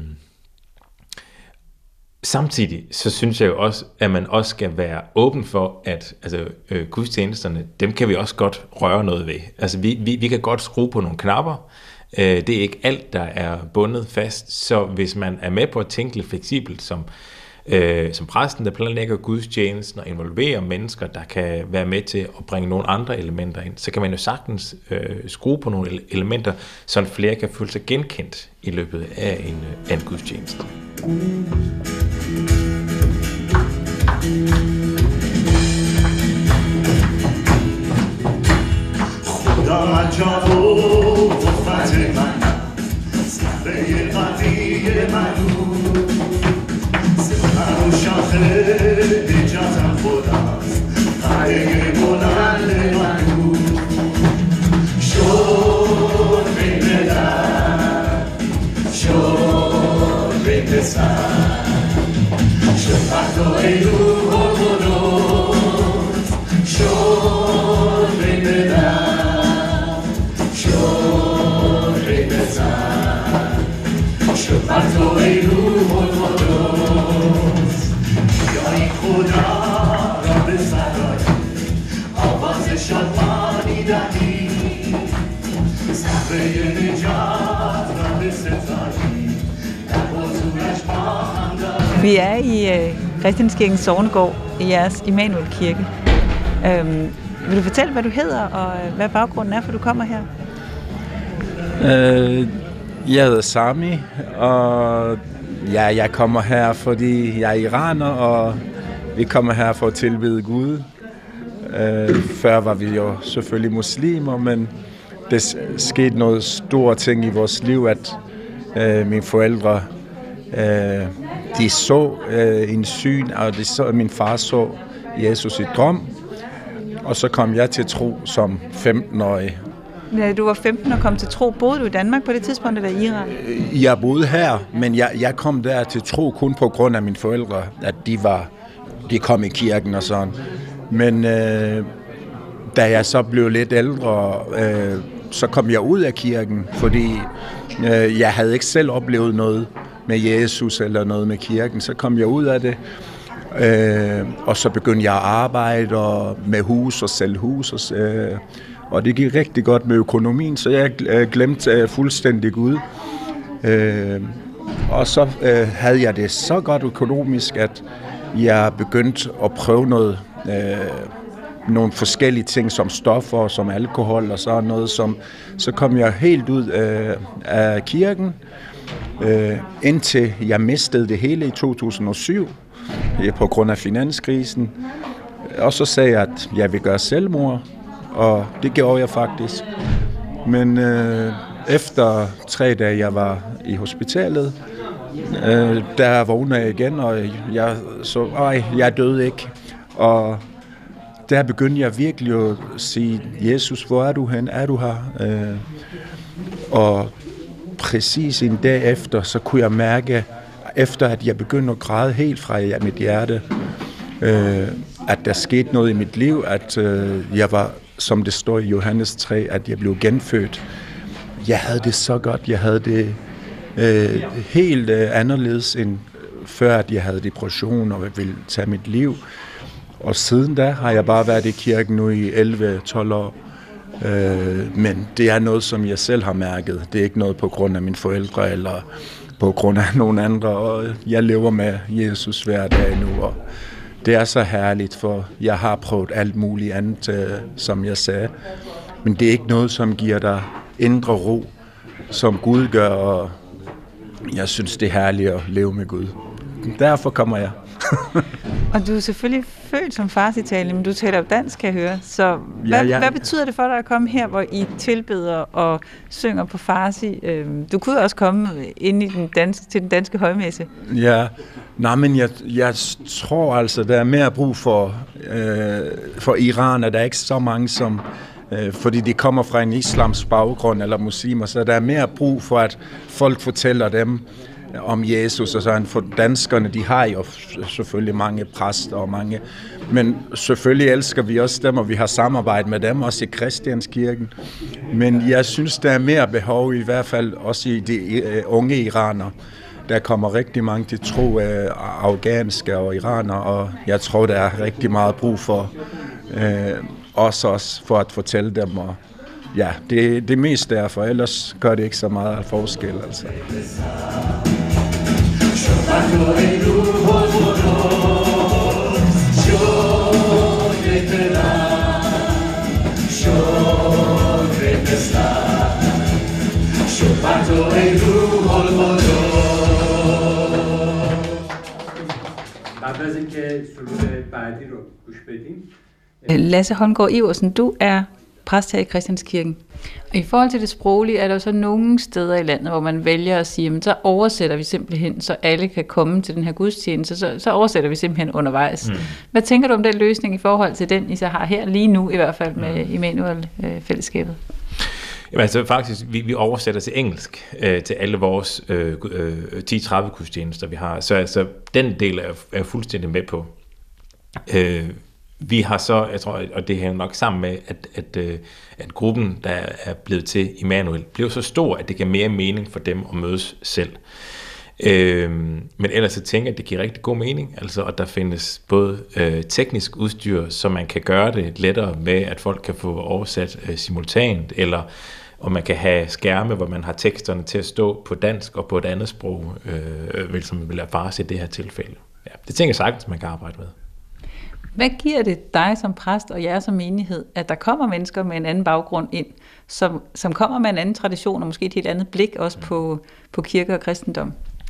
Samtidig så synes jeg jo også, at man også skal være åben for, at altså, øh, gudstjenesterne, dem kan vi også godt røre noget ved. Altså vi, vi, vi kan godt skrue på nogle knapper. Øh, det er ikke alt, der er bundet fast. Så hvis man er med på at tænke lidt fleksibelt, som, øh, som præsten, der planlægger gudstjenesten og involverer mennesker, der kan være med til at bringe nogle andre elementer ind, så kan man jo sagtens øh, skrue på nogle elementer, så flere kan føle sig genkendt i løbet af en, af en gudstjeneste. خدا مجاب و وفت من صحبه قطعی من سپر و شاخه نجاتم خداست قطعه بلند من شد بین در شد بین سر شد پرتو ای روح و قدوس شد بین در شد بین سر شد پرتو ای روح و قدوس بیایی خدا را به سرای آواز شادمانی دهی صحبه نجات را به ستایی در حضورش با هم داری. Vi er i øh, Christianskirkens Sognegård i jeres Immanuel Kirke. Øhm, vil du fortælle, hvad du hedder, og hvad baggrunden er, for du kommer her? Øh, jeg hedder Sami, og ja, jeg kommer her, fordi jeg er iraner, og vi kommer her for at tilbede Gud. Øh, før var vi jo selvfølgelig muslimer, men det skete noget store ting i vores liv, at øh, mine forældre, øh, de så øh, en syn, og de så, min far så Jesus i drøm, og så kom jeg til tro som femten-årig. Ja, du var femten og kom til tro. Boede du i Danmark på det tidspunkt, eller i Iran? Jeg boede her, men jeg, jeg kom der til tro kun på grund af mine forældre, at de var, de kom i kirken og sådan. Men øh, da jeg så blev lidt ældre, øh, så kom jeg ud af kirken, fordi øh, jeg havde ikke selv oplevet noget med Jesus eller noget med kirken. Så kom jeg ud af det, øh, og så begyndte jeg at arbejde og med hus og sælge hus. Og, øh, og det gik rigtig godt med økonomien, så jeg glemte øh, fuldstændig Gud. Øh, og så øh, havde jeg det så godt økonomisk, at jeg begyndte at prøve noget, øh, nogle forskellige ting som stoffer, som alkohol og sådan noget. Som, så kom jeg helt ud øh, af kirken, øh, indtil jeg mistede det hele i to tusind og syv på grund af finanskrisen. Og så sagde jeg, at jeg vil gøre selvmord, og det gjorde jeg faktisk. Men øh, efter tre dage, jeg var i hospitalet, øh, der vågnede jeg igen, og jeg så, ej, jeg døde ikke. Og der begyndte jeg virkelig at sige, Jesus, hvor er du hen? Er du her? Øh, og præcis en dag efter, så kunne jeg mærke, efter at jeg begyndte at græde helt fra mit hjerte, øh, at der skete noget i mit liv, at øh, jeg var, som det står i Johannes tre, at jeg blev genfødt. Jeg havde det så godt, jeg havde det øh, helt øh, anderledes end før, at jeg havde depression og ville tage mit liv. Og siden da har jeg bare været i kirken nu i elleve tolv år. Øh, men det er noget, som jeg selv har mærket. Det er ikke noget på grund af mine forældre eller på grund af nogen andre. Og jeg lever med Jesus hver dag nu, og det er så herligt, for jeg har prøvet alt muligt andet, øh, som jeg sagde. Men det er ikke noget, som giver dig indre ro, som Gud gør, og jeg synes, det er herligt at leve med Gud. Derfor kommer jeg. Og du er selvfølgelig født som farsi-talende, men du taler jo dansk, kan jeg høre. Så hvad, ja, ja. hvad betyder det for dig at komme her, hvor I tilbeder og synger på farsi? Du kunne også komme ind i den danske, til den danske højmesse. Ja, nej, men jeg, jeg tror altså, der er mere brug for, øh, for Iran, at der er ikke så mange, som øh, fordi de kommer fra en islams baggrund eller muslimer, så der er mere brug for, at folk fortæller dem om Jesus, og sådan. For danskerne, de har jo selvfølgelig mange præster og mange, men selvfølgelig elsker vi også dem, og vi har samarbejdet med dem, også i Kristianskirken. Men jeg synes, der er mere behov, i hvert fald også i de unge iranere. Der kommer rigtig mange til tro af afghanske og iranere, og jeg tror, der er rigtig meget brug for øh, os også, for at fortælle dem, og ja, det, det mest derfor, ellers gør det ikke så meget forskel, altså. Lasse Holmgaard Iversen, du er præst her i Christianskirken. Og i forhold til det sproglige, er der jo så nogle steder i landet, hvor man vælger at sige, jamen, så oversætter vi simpelthen, så alle kan komme til den her gudstjeneste, så, så oversætter vi simpelthen undervejs. Mm. Hvad tænker du om den løsning i forhold til den, I så har her lige nu, i hvert fald med mm. Immanuel-fællesskabet? Jamen altså faktisk, vi, vi oversætter til engelsk øh, til alle vores øh, øh, ti tredive gudstjenester, vi har. Så altså, den del er jeg fuldstændig med på. Øh, Vi har så, jeg tror, og det hænger nok sammen med, at, at, at gruppen, der er blevet til Immanuel, blev så stor, at det giver mere mening for dem at mødes selv. Øhm, men ellers så tænker jeg, at det giver rigtig god mening, altså at der findes både øh, teknisk udstyr, så man kan gøre det lettere med, at folk kan få oversat øh, simultant, eller og man kan have skærme, hvor man har teksterne til at stå på dansk og på et andet sprog, øh, som vil erfares i det her tilfælde. Ja, det tænker jeg sagtens, man kan arbejde med. Hvad giver det dig som præst og jer som menighed, at der kommer mennesker med en anden baggrund ind, som, som kommer med en anden tradition og måske et helt andet blik også på, på kirke og kristendom?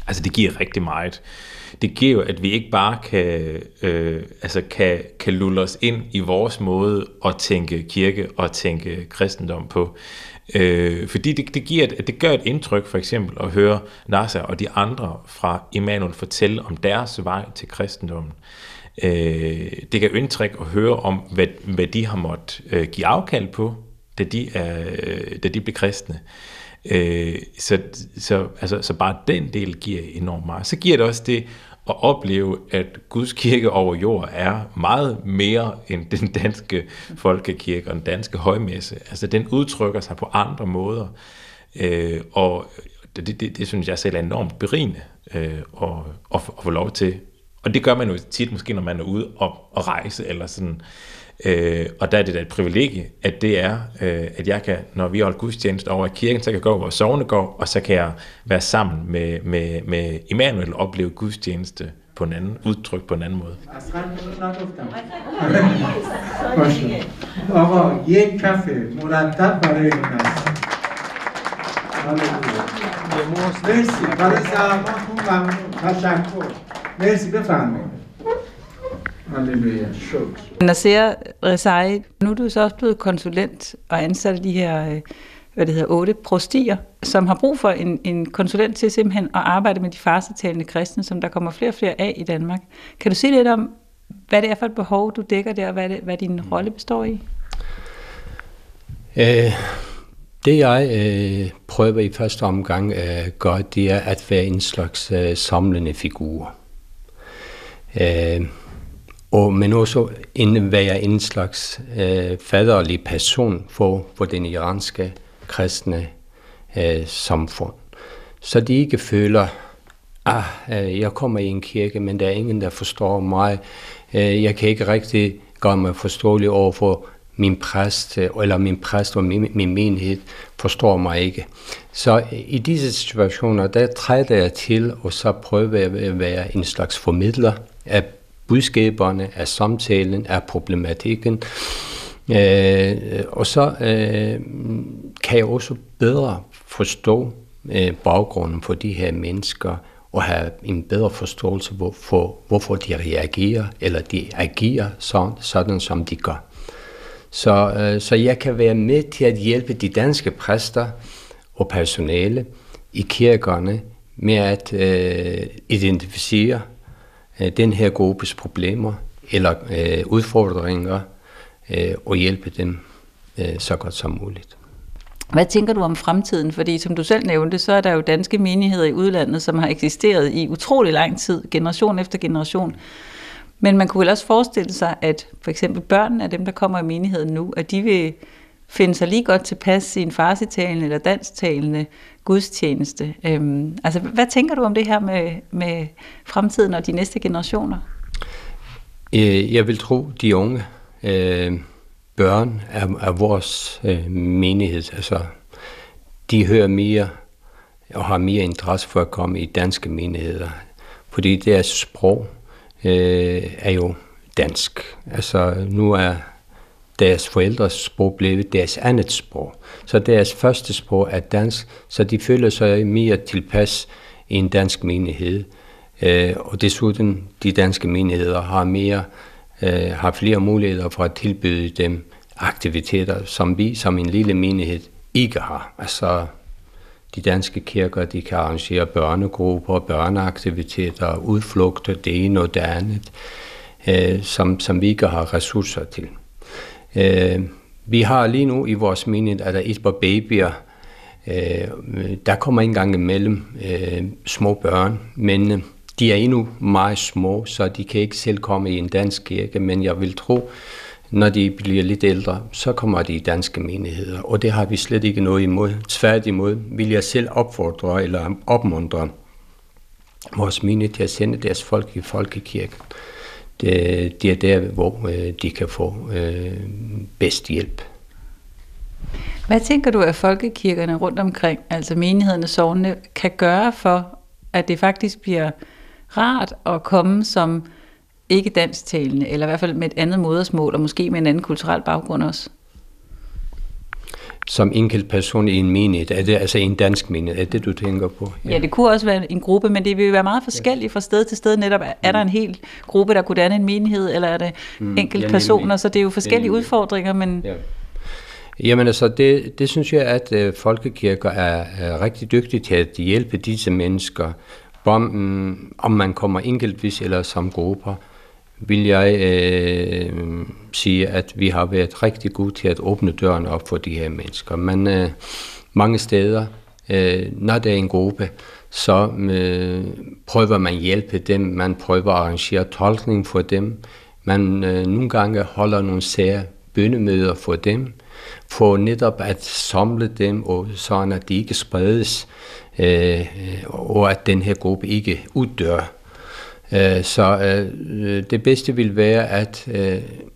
Altså det giver rigtig meget. Det giver jo, at vi ikke bare kan, øh, altså kan, kan lulle os ind i vores måde at tænke kirke og tænke kristendom på. Øh, fordi det, det, giver et, det gør et indtryk for eksempel at høre Nasser og de andre fra Immanuel fortælle om deres vej til kristendommen. Øh, det kan indtryk at høre om, hvad, hvad de har måttet øh, give afkald på, da de, er, da de blev kristne. Øh, så, så, altså, så bare den del giver enormt meget. Så giver det også det at opleve, at Guds kirke over jord er meget mere end den danske folkekirke og den danske højmesse. Altså den udtrykker sig på andre måder, øh, og det, det, det synes jeg selv er enormt berigende øh, at, at, at få lov til. Og det gør man jo tit måske, når man er ude og, og rejse eller sådan. Øh, og der er det da et privilegie, at det er, øh, at jeg kan, når vi holder gudstjeneste over i kirken, så kan jeg gå over sovnegård, og så kan jeg være sammen med, med, med Immanuel og opleve gudstjeneste på en anden, udtryk på en anden måde. آقا یک کافه مرتب برای این است. مرسی برای زحماتون ممنون تشکر. مرسی بفرمایید. Halleluja, sjovt. Nasser Rezai, nu er du så også blevet konsulent og ansat de her, hvad det hedder, otte prostier, som har brug for en, en konsulent til simpelthen at arbejde med de farsetalende kristne, som der kommer flere og flere af i Danmark. Kan du sige lidt om, hvad det er for et behov, du dækker der, og hvad, det, hvad din rolle består i? Øh, det jeg øh, prøver i første omgang at øh, gøre, det er at være en slags øh, samlende figur. Øh, Og, men også en, være en slags øh, faderlig person for, for den iranske kristne øh, samfund. Så de ikke føler, at ah, jeg kommer i en kirke, men der er ingen, der forstår mig. Øh, jeg kan ikke rigtig gøre mig forståelig over for min præst, eller min præst og min, min menighed forstår mig ikke. Så i disse situationer, der træder jeg til, og så prøver jeg at være en slags formidler af budskaberne, af samtalen, af problematikken. Øh, og så øh, kan jeg også bedre forstå øh, baggrunden for de her mennesker, og have en bedre forståelse for, for hvorfor de reagerer, eller de agerer sådan, sådan som de gør. Så, øh, så jeg kan være med til at hjælpe de danske præster og personale i kirkerne med at øh, identificere den her gruppes problemer eller øh, udfordringer øh, og hjælpe dem øh, så godt som muligt. Hvad tænker du om fremtiden? Fordi som du selv nævnte, så er der jo danske menigheder i udlandet, som har eksisteret i utrolig lang tid, generation efter generation. Men man kunne vel også forestille sig, at for eksempel børnene af dem, der kommer i menigheden nu, at de vil finde sig lige godt tilpas i en farsitalende eller dansktalende gudstjeneste. Øhm, altså, hvad tænker du om det her med, med fremtiden og de næste generationer? Jeg vil tro, de unge øh, børn af, af vores øh, menighed, altså, de hører mere og har mere interesse for at komme i danske menigheder, fordi deres sprog øh, er jo dansk. Altså, nu er deres forældres sprog blevet deres andet sprog. Så deres første sprog er dansk, så de føler sig mere tilpas i en dansk menighed. Øh, og desuden, de danske menigheder har, mere, øh, har flere muligheder for at tilbyde dem aktiviteter, som vi som en lille menighed ikke har. Altså, de danske kirker, de kan arrangere børnegrupper, børneaktiviteter, udflugter, det ene og det andet, øh, som, som vi ikke har ressourcer til. Uh, vi har lige nu i vores menighed, at der er et par babyer, uh, der kommer en gang imellem uh, små børn, men uh, de er endnu meget små, så de kan ikke selv komme i en dansk kirke, men jeg vil tro, når de bliver lidt ældre, så kommer de i danske menigheder, og det har vi slet ikke noget imod. Tværtimod vil jeg selv opfordre eller opmuntre vores menighed til at sende deres folk i folkekirken. Det, det er der, hvor øh, de kan få øh, bedst hjælp. Hvad tænker du, at folkekirkerne rundt omkring, altså menighederne, sognene, kan gøre for, at det faktisk bliver rart at komme som ikke dansktalende, eller i hvert fald med et andet modersmål, og måske med en anden kulturel baggrund også? som enkelt person i en menighed. Er det altså en dansk menighed? Er det, du tænker på? Ja. ja, det kunne også være en gruppe, men det vil være meget forskelligt fra sted til sted. Netop er der en hel gruppe, der kunne danne en menighed, eller er det mm, enkelte ja, personer? Så det er jo forskellige udfordringer, men... Ja. Jamen altså, det, det synes jeg, at øh, folkekirker er, er rigtig dygtige til at hjælpe disse mennesker. Om, mm, om man kommer enkeltvis eller som grupper, vil jeg øh, sige, at vi har været rigtig gode til at åbne døren op for de her mennesker. Men øh, mange steder, øh, når der er en gruppe, så øh, prøver man at hjælpe dem, man prøver at arrangere tolkning for dem, man øh, nogle gange holder nogle sære bønnemøder for dem, for netop at samle dem, og sådan at de ikke spredes, øh, og at den her gruppe ikke uddør. Øh, så øh, det bedste vil være at øh,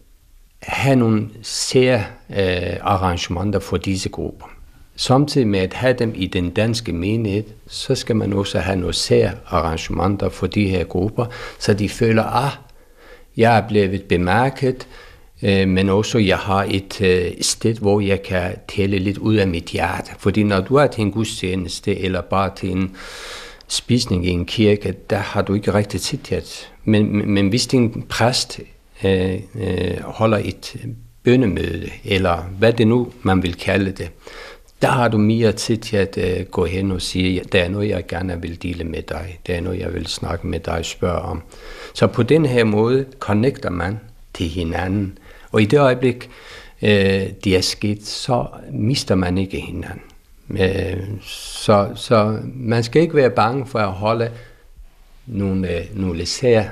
have nogle sære øh, arrangementer for disse grupper. Samtidig med at have dem i den danske menighed, så skal man også have nogle sære arrangementer for de her grupper, så de føler, at ah, jeg er blevet bemærket, men også jeg har et øh, sted, hvor jeg kan tale lidt ud af mit hjerte. Fordi når du er til en gudstjeneste, eller bare til en spisning i en kirke, der har du ikke rigtig tid til at... Men, men, men hvis din præst øh, øh, holder et bønnemøde, eller hvad det nu man vil kalde det, der har du mere tid til at øh, gå hen og sige, der er noget, jeg gerne vil dele med dig. Der er noget, jeg vil snakke med dig og spørge om. Så på den her måde connecter man til hinanden. Og i det øjeblik, øh, det er sket, så mister man ikke hinanden. Øh, så, så man skal ikke være bange for at holde nogle, nogle sære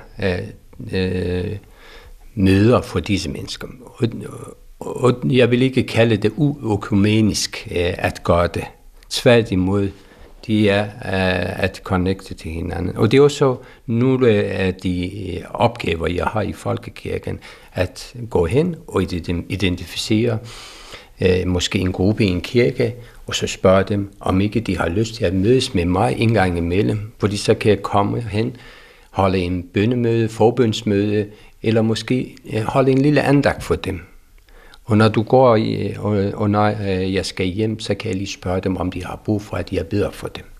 øh, møder for disse mennesker. Og, og jeg vil ikke kalde det uøkumenisk øh, at gøre det. Tværtimod, de er uh, at connecte til hinanden. Og det er også nogle af de opgaver, jeg har i folkekirken, at gå hen og identificere uh, måske en gruppe i en kirke, og så spørge dem, om ikke de har lyst til at mødes med mig en gang imellem, fordi så kan jeg komme hen, holde en bønnemøde, forbønsmøde, eller måske uh, holde en lille andagt for dem. Og når du går, i, og, og når jeg skal hjem, så kan jeg lige spørge dem, om de har brug for, at jeg beder for dem.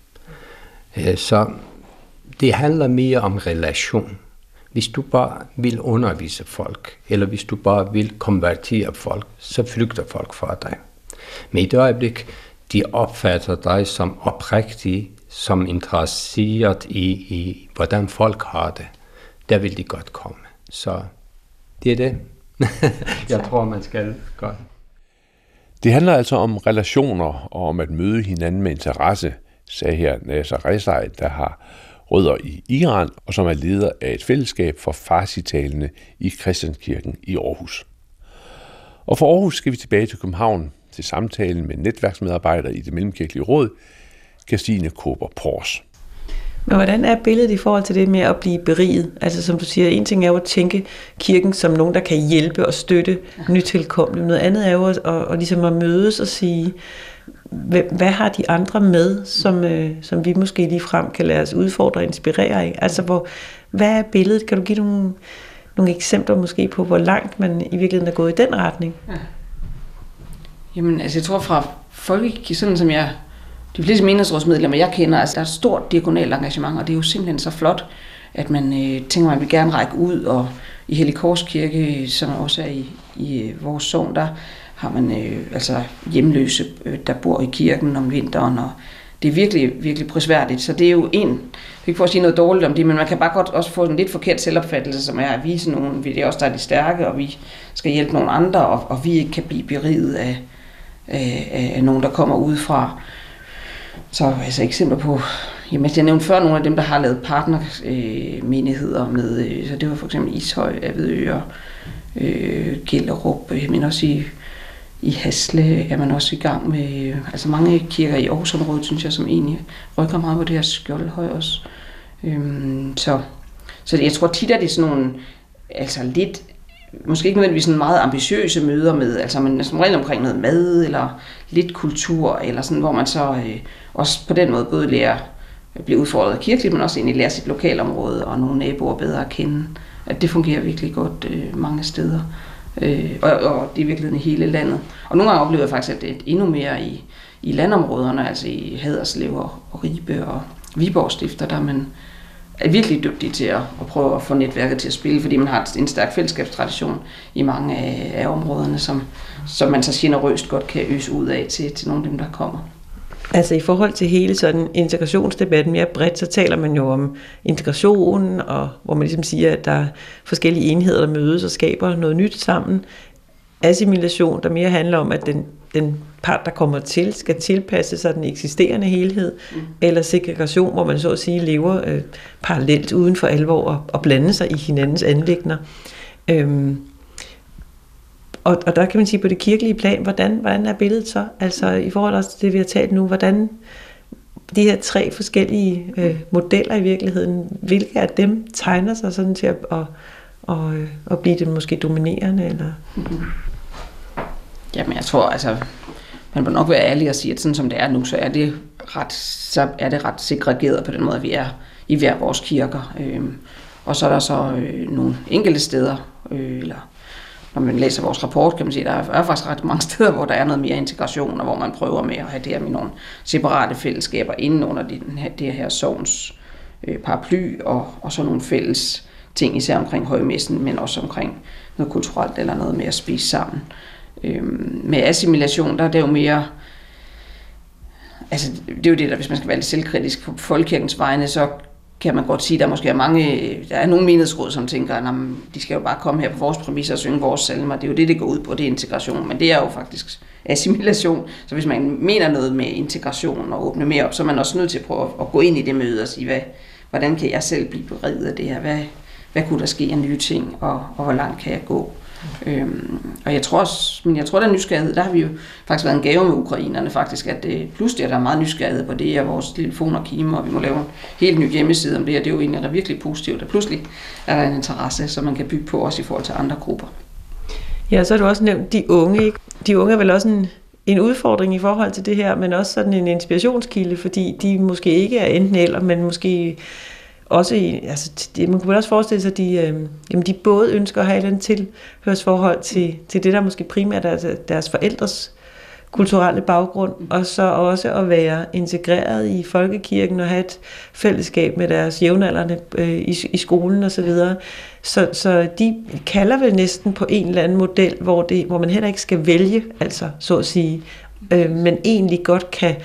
Så det handler mere om relation. Hvis du bare vil undervise folk, eller hvis du bare vil konvertere folk, så flygter folk fra dig. Men i det øjeblik, de opfatter dig som oprigtig, som interesseret i, i, hvordan folk har det, der vil de godt komme. Så det er det. Jeg tror, man skal godt. Det handler altså om relationer og om at møde hinanden med interesse, sagde her Nasser Rezai, der har rødder i Iran og som er leder af et fællesskab for farsitalende i Christianskirken i Aarhus. Og fra Aarhus skal vi tilbage til København til samtalen med netværksmedarbejder i det Mellemkirkelige Råd, Kirstine Kåber Pors. Men hvordan er billedet i forhold til det med at blive beriget? Altså som du siger, en ting er jo at tænke kirken som nogen, der kan hjælpe og støtte nytilkommende. Noget andet er jo at, at, at, ligesom at mødes og sige, hvad, hvad har de andre med, som, øh, som vi måske lige frem kan lade os udfordre og inspirere af? Altså hvor, hvad er billedet? Kan du give nogle, nogle eksempler måske på, hvor langt man i virkeligheden er gået i den retning? Ja. Jamen altså jeg tror fra folkekirken, sådan som jeg... De fleste menighedsrådsmedlemmer, jeg kender, altså der er et stort diakonalt engagement, og det er jo simpelthen så flot, at man øh, tænker, man vil gerne række ud, og i Hellig Kors Kirke, som også er i, i vores sogn, der har man øh, altså hjemløse, øh, der bor i kirken om vinteren, og det er virkelig, virkelig prisværdigt. Så det er jo en, det er ikke for at sige noget dårligt om det, men man kan bare godt også få en lidt forkert selvopfattelse, som er, at vi er sådan nogle, det er også der er de stærke, og vi skal hjælpe nogle andre, og, og vi ikke kan blive beriget af, af, af nogen, der kommer udefra. Så altså eksempler på, jamen jeg nævnte før nogle af dem, der har lavet partnermenigheder øh, med, øh, så det var for eksempel Ishøj, Avedøre, øh, Gellerup, men også i, i Hasle er man også i gang med, øh, altså mange kirker i Aarhusområdet, synes jeg, som egentlig rykker meget på det her Skjoldhøj også. Øh, så, så jeg tror tit, at det er sådan nogle, altså lidt, måske ikke nødvendigvis sådan meget ambitiøse møder med, altså man som regel omkring noget mad, eller lidt kultur, eller sådan, hvor man så øh, også på den måde både lærer at blive udfordret kirkeligt, men også egentlig lærer sit lokalområde og nogle naboer bedre at kende. At det fungerer virkelig godt øh, mange steder. Øh, og, og det er virkelig i hele landet. Og nogle gange oplever jeg faktisk, at det er endnu mere i, i landområderne, altså i Haderslev og, og Ribe og Viborg Stifter, der man er virkelig dygtig til at, at prøve at få netværket til at spille, fordi man har en stærk fællesskabstradition i mange af, af områderne, som, som man så generøst godt kan øse ud af til, til nogle af dem, der kommer. Altså i forhold til hele sådan integrationsdebatten mere bredt, så taler man jo om integration, og hvor man ligesom siger, at der er forskellige enheder, der mødes og skaber noget nyt sammen. Assimilation, der mere handler om, at den, den part, der kommer til, skal tilpasse sig den eksisterende helhed, mm. eller segregation, hvor man så at sige lever øh, parallelt uden for alvor og, og blande sig i hinandens anliggender. Øhm, og, og der kan man sige på det kirkelige plan, hvordan, hvordan er billedet så? Altså i forhold til det, vi har talt nu, hvordan de her tre forskellige øh, modeller i virkeligheden, hvilke af dem tegner sig sådan til at, at, at, at blive det måske dominerende? Eller? Mm-hmm. Jamen jeg tror, altså man må nok være ærlig og sige, at sådan som det er nu, så er det ret, så er det ret segregeret på den måde, vi er i hver vores kirker. Øhm, og så er der så øh, nogle enkelte steder, øh, eller når man læser vores rapport, kan man sige, at der er faktisk ret mange steder, hvor der er noget mere integration, og hvor man prøver med at have det her med nogle separate fællesskaber inden under den her, det her sogns øh, paraply, og, og så nogle fælles ting, især omkring højmessen, men også omkring noget kulturelt eller noget med at spise sammen. Øhm, med assimilation, der er det jo mere, altså det er jo det, der hvis man skal være lidt selvkritisk på folkekirkens vegne, så kan man godt sige, at der måske er mange, der er nogle menighedsråd, som tænker, at de skal jo bare komme her på vores præmisser og synge vores salmer. Det er jo det, det går ud på, det er integration, men det er jo faktisk assimilation. Så hvis man mener noget med integration og åbne mere op, så er man også nødt til at prøve at gå ind i det møde og sige, hvad, hvordan kan jeg selv blive beriget af det her? Hvad, hvad kunne der ske af nye ting, og, og hvor langt kan jeg gå? Øhm, og jeg tror også, men jeg tror, der er nysgerrighed, der har vi jo faktisk været en gave med ukrainerne faktisk, at det, pludselig er der meget nysgerrighed på det, og vores telefon og kime, og vi må lave en helt ny hjemmeside om det, og det er jo egentlig der er virkelig positivt, og pludselig er der en interesse, som man kan bygge på også i forhold til andre grupper. Ja, så har du også nævnt de unge, ikke? De unge er vel også en, en udfordring i forhold til det her, men også sådan en inspirationskilde, fordi de måske ikke er enten eller, men måske også i, altså, det, man kunne også forestille sig, at de, øh, jamen, de både ønsker at have et tilhørsforhold til, til det, der måske primært er deres forældres kulturelle baggrund, og så også at være integreret i folkekirken og have et fællesskab med deres jævnaldrende øh, i, i skolen og så videre. Så, så de kalder vel næsten på en eller anden model, hvor, det, hvor man heller ikke skal vælge, altså så at sige, øh, men egentlig godt kan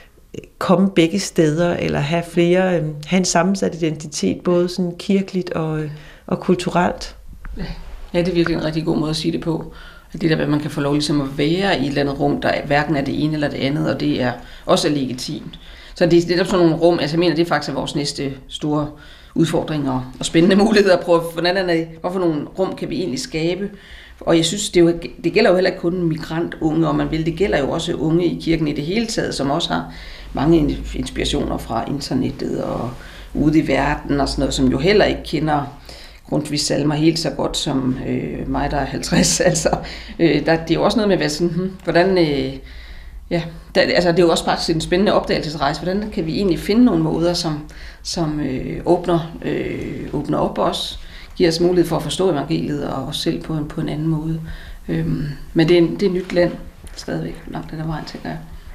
komme begge steder, eller have flere, øh, have en sammensat identitet, både sådan kirkeligt og, og kulturelt. Ja, det er virkelig en rigtig god måde at sige det på. Det der, at man kan få lov ligesom at være i et eller andet rum, der hverken er det ene eller det andet, og det er også legitimt. Så det er netop sådan nogle rum, altså jeg mener, det er faktisk vores næste store udfordringer og spændende muligheder at prøve, hvordan er det, hvorfor nogle rum kan vi egentlig skabe. Og jeg synes, det, jo, det gælder jo heller ikke kun migrantunge, og man vil, det gælder jo også unge i kirken i det hele taget, som også har mange inspirationer fra internettet og ude i verden og sådan noget, som jo heller ikke kender Grundtvigs salmer helt så godt som øh, mig, der er halvtreds. Altså, øh, der, det er jo også noget med, hvad sådan, hmm, hvordan, øh, ja, der, altså, det er jo også faktisk en spændende opdagelsesrejse. Hvordan kan vi egentlig finde nogle måder, som, som øh, åbner, øh, åbner op os, giver os mulighed for at forstå evangeliet og os selv på en, på en anden måde. Øhm, men det er, det er et nyt land stadigvæk, langt den der vejen, tænker jeg.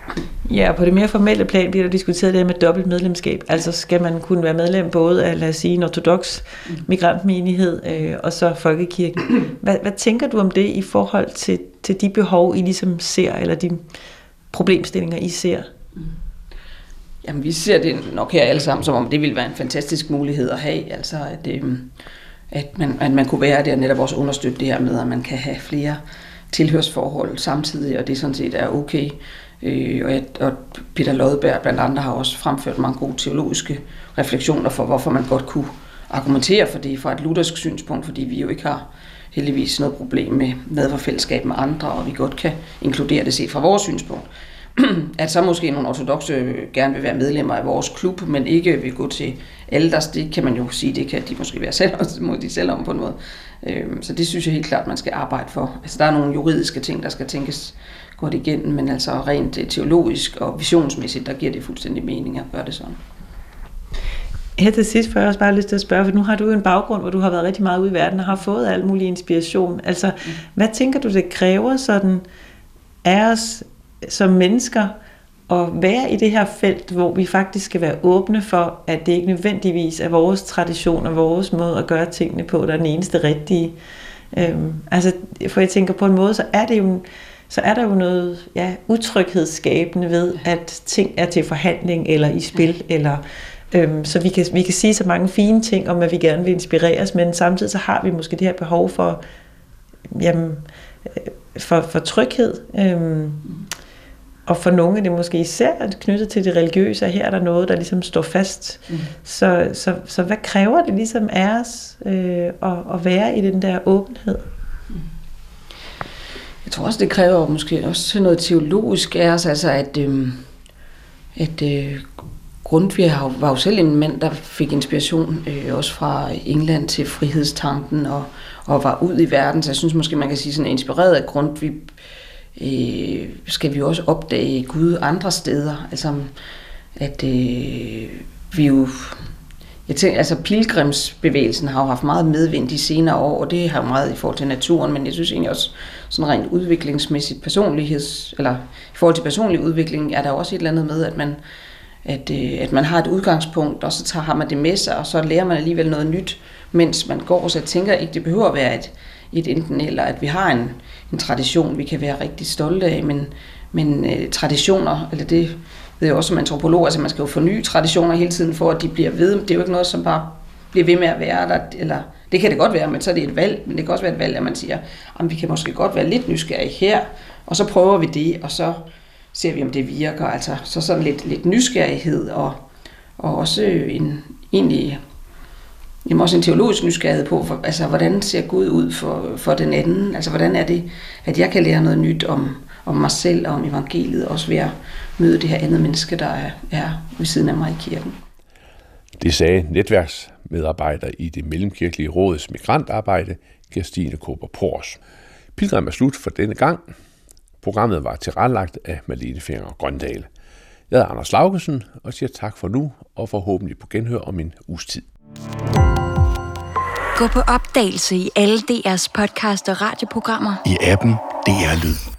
Ja, på det mere formelle plan bliver der diskuteret det med dobbelt medlemskab. Altså skal man kunne være medlem både af, lad os sige, en ortodox migrantmenighed øh, og så folkekirken. Hvad, hvad tænker du om det i forhold til, til de behov, I ligesom ser, eller de problemstillinger, I ser? Jamen, vi ser det nok her alle sammen, som om det ville være en fantastisk mulighed at have. Altså, at, øh, at, man, at man kunne være der og netop også understøtte det her med, at man kan have flere tilhørsforhold samtidig, og det sådan set er okay. Øh, og, jeg, og Peter Lodberg blandt andre har også fremført mange gode teologiske refleksioner for, hvorfor man godt kunne argumentere for det fra et luthersk synspunkt, fordi vi jo ikke har heldigvis noget problem med nadverfællesskab med andre, og vi godt kan inkludere det set fra vores synspunkt. At så måske nogle ortodokse gerne vil være medlemmer af vores klub, men ikke vil gå til ældres, det kan man jo sige, det kan de måske være selv, må de selv om på en måde. Så det synes jeg helt klart, man skal arbejde for. Altså der er nogle juridiske ting, der skal tænkes godt igennem, men altså rent teologisk og visionsmæssigt, der giver det fuldstændig mening at gøre det sådan. Her til sidst får jeg også bare lyst til at spørge, for nu har du jo en baggrund, hvor du har været rigtig meget ude i verden og har fået al mulig inspiration. Altså, mm. hvad tænker du, det kræver sådan af os som mennesker at være i det her felt, hvor vi faktisk skal være åbne for, at det ikke nødvendigvis er vores tradition og vores måde at gøre tingene på, der er den eneste rigtige. Øhm, altså, for jeg tænker på en måde, så er det jo, så er der jo noget ja, utryghedsskabende ved, at ting er til forhandling eller i spil, eller øhm, så vi kan, vi kan sige så mange fine ting om, at vi gerne vil inspireres, men samtidig så har vi måske det her behov for, jamen, for, for tryghed. Øhm, Og for nogle er det måske især knyttet til det religiøse, og her er der noget, der ligesom står fast. Mm. Så, så, så hvad kræver det ligesom af os øh, at, at være i den der åbenhed? Jeg tror også, det kræver måske også noget teologisk af os, altså at, øh, at øh, Grundtvig var jo selv en mand, der fik inspiration øh, også fra England til frihedstanken og, og var ud i verden, så jeg synes måske, man kan sige sådan inspireret af Grundtvig, Øh, skal vi også opdage Gud andre steder, altså at øh, vi jo, jeg tænker, altså pilgrimsbevægelsen har jo haft meget medvind de senere år, og det har jo meget i forhold til naturen, men jeg synes egentlig også sådan rent udviklingsmæssigt personligheds, eller i forhold til personlig udvikling, er der også et eller andet med, at man, at, øh, at man har et udgangspunkt, og så tager, har man det med sig, og så lærer man alligevel noget nyt, mens man går, så jeg tænker ikke, det behøver at være et, et enten eller, at vi har en en tradition, vi kan være rigtig stolte af, men, men øh, traditioner, eller det ved jeg også som antropolog, altså man skal jo forny traditioner hele tiden, for at de bliver ved. Det er jo ikke noget, som bare bliver ved med at være der, eller det kan det godt være, men så er det et valg, men det kan også være et valg, at man siger, at vi kan måske godt være lidt nysgerrige her, og så prøver vi det, og så ser vi, om det virker, altså så sådan lidt, lidt nysgerrighed, og, og også en egentlig Jamen også en teologisk nysgerrighed på, for, altså hvordan ser Gud ud for, for den anden? Altså hvordan er det, at jeg kan lære noget nyt om, om mig selv og om evangeliet, også ved at møde det her andet menneske, der er, er ved siden af mig i kirken. Det sagde netværksmedarbejder i det Mellemkirkelige Råds migrantarbejde, Kirstine Kåber Pors. Pilgrim er slut for denne gang. Programmet var tilrettelagt af Malene Fenger Grøndal. Jeg hedder Anders Laugesen og siger tak for nu, og forhåbentlig på genhør om en uges tid. Gå på opdagelse i alle D R's podcast og radioprogrammer. I appen D R Lyd.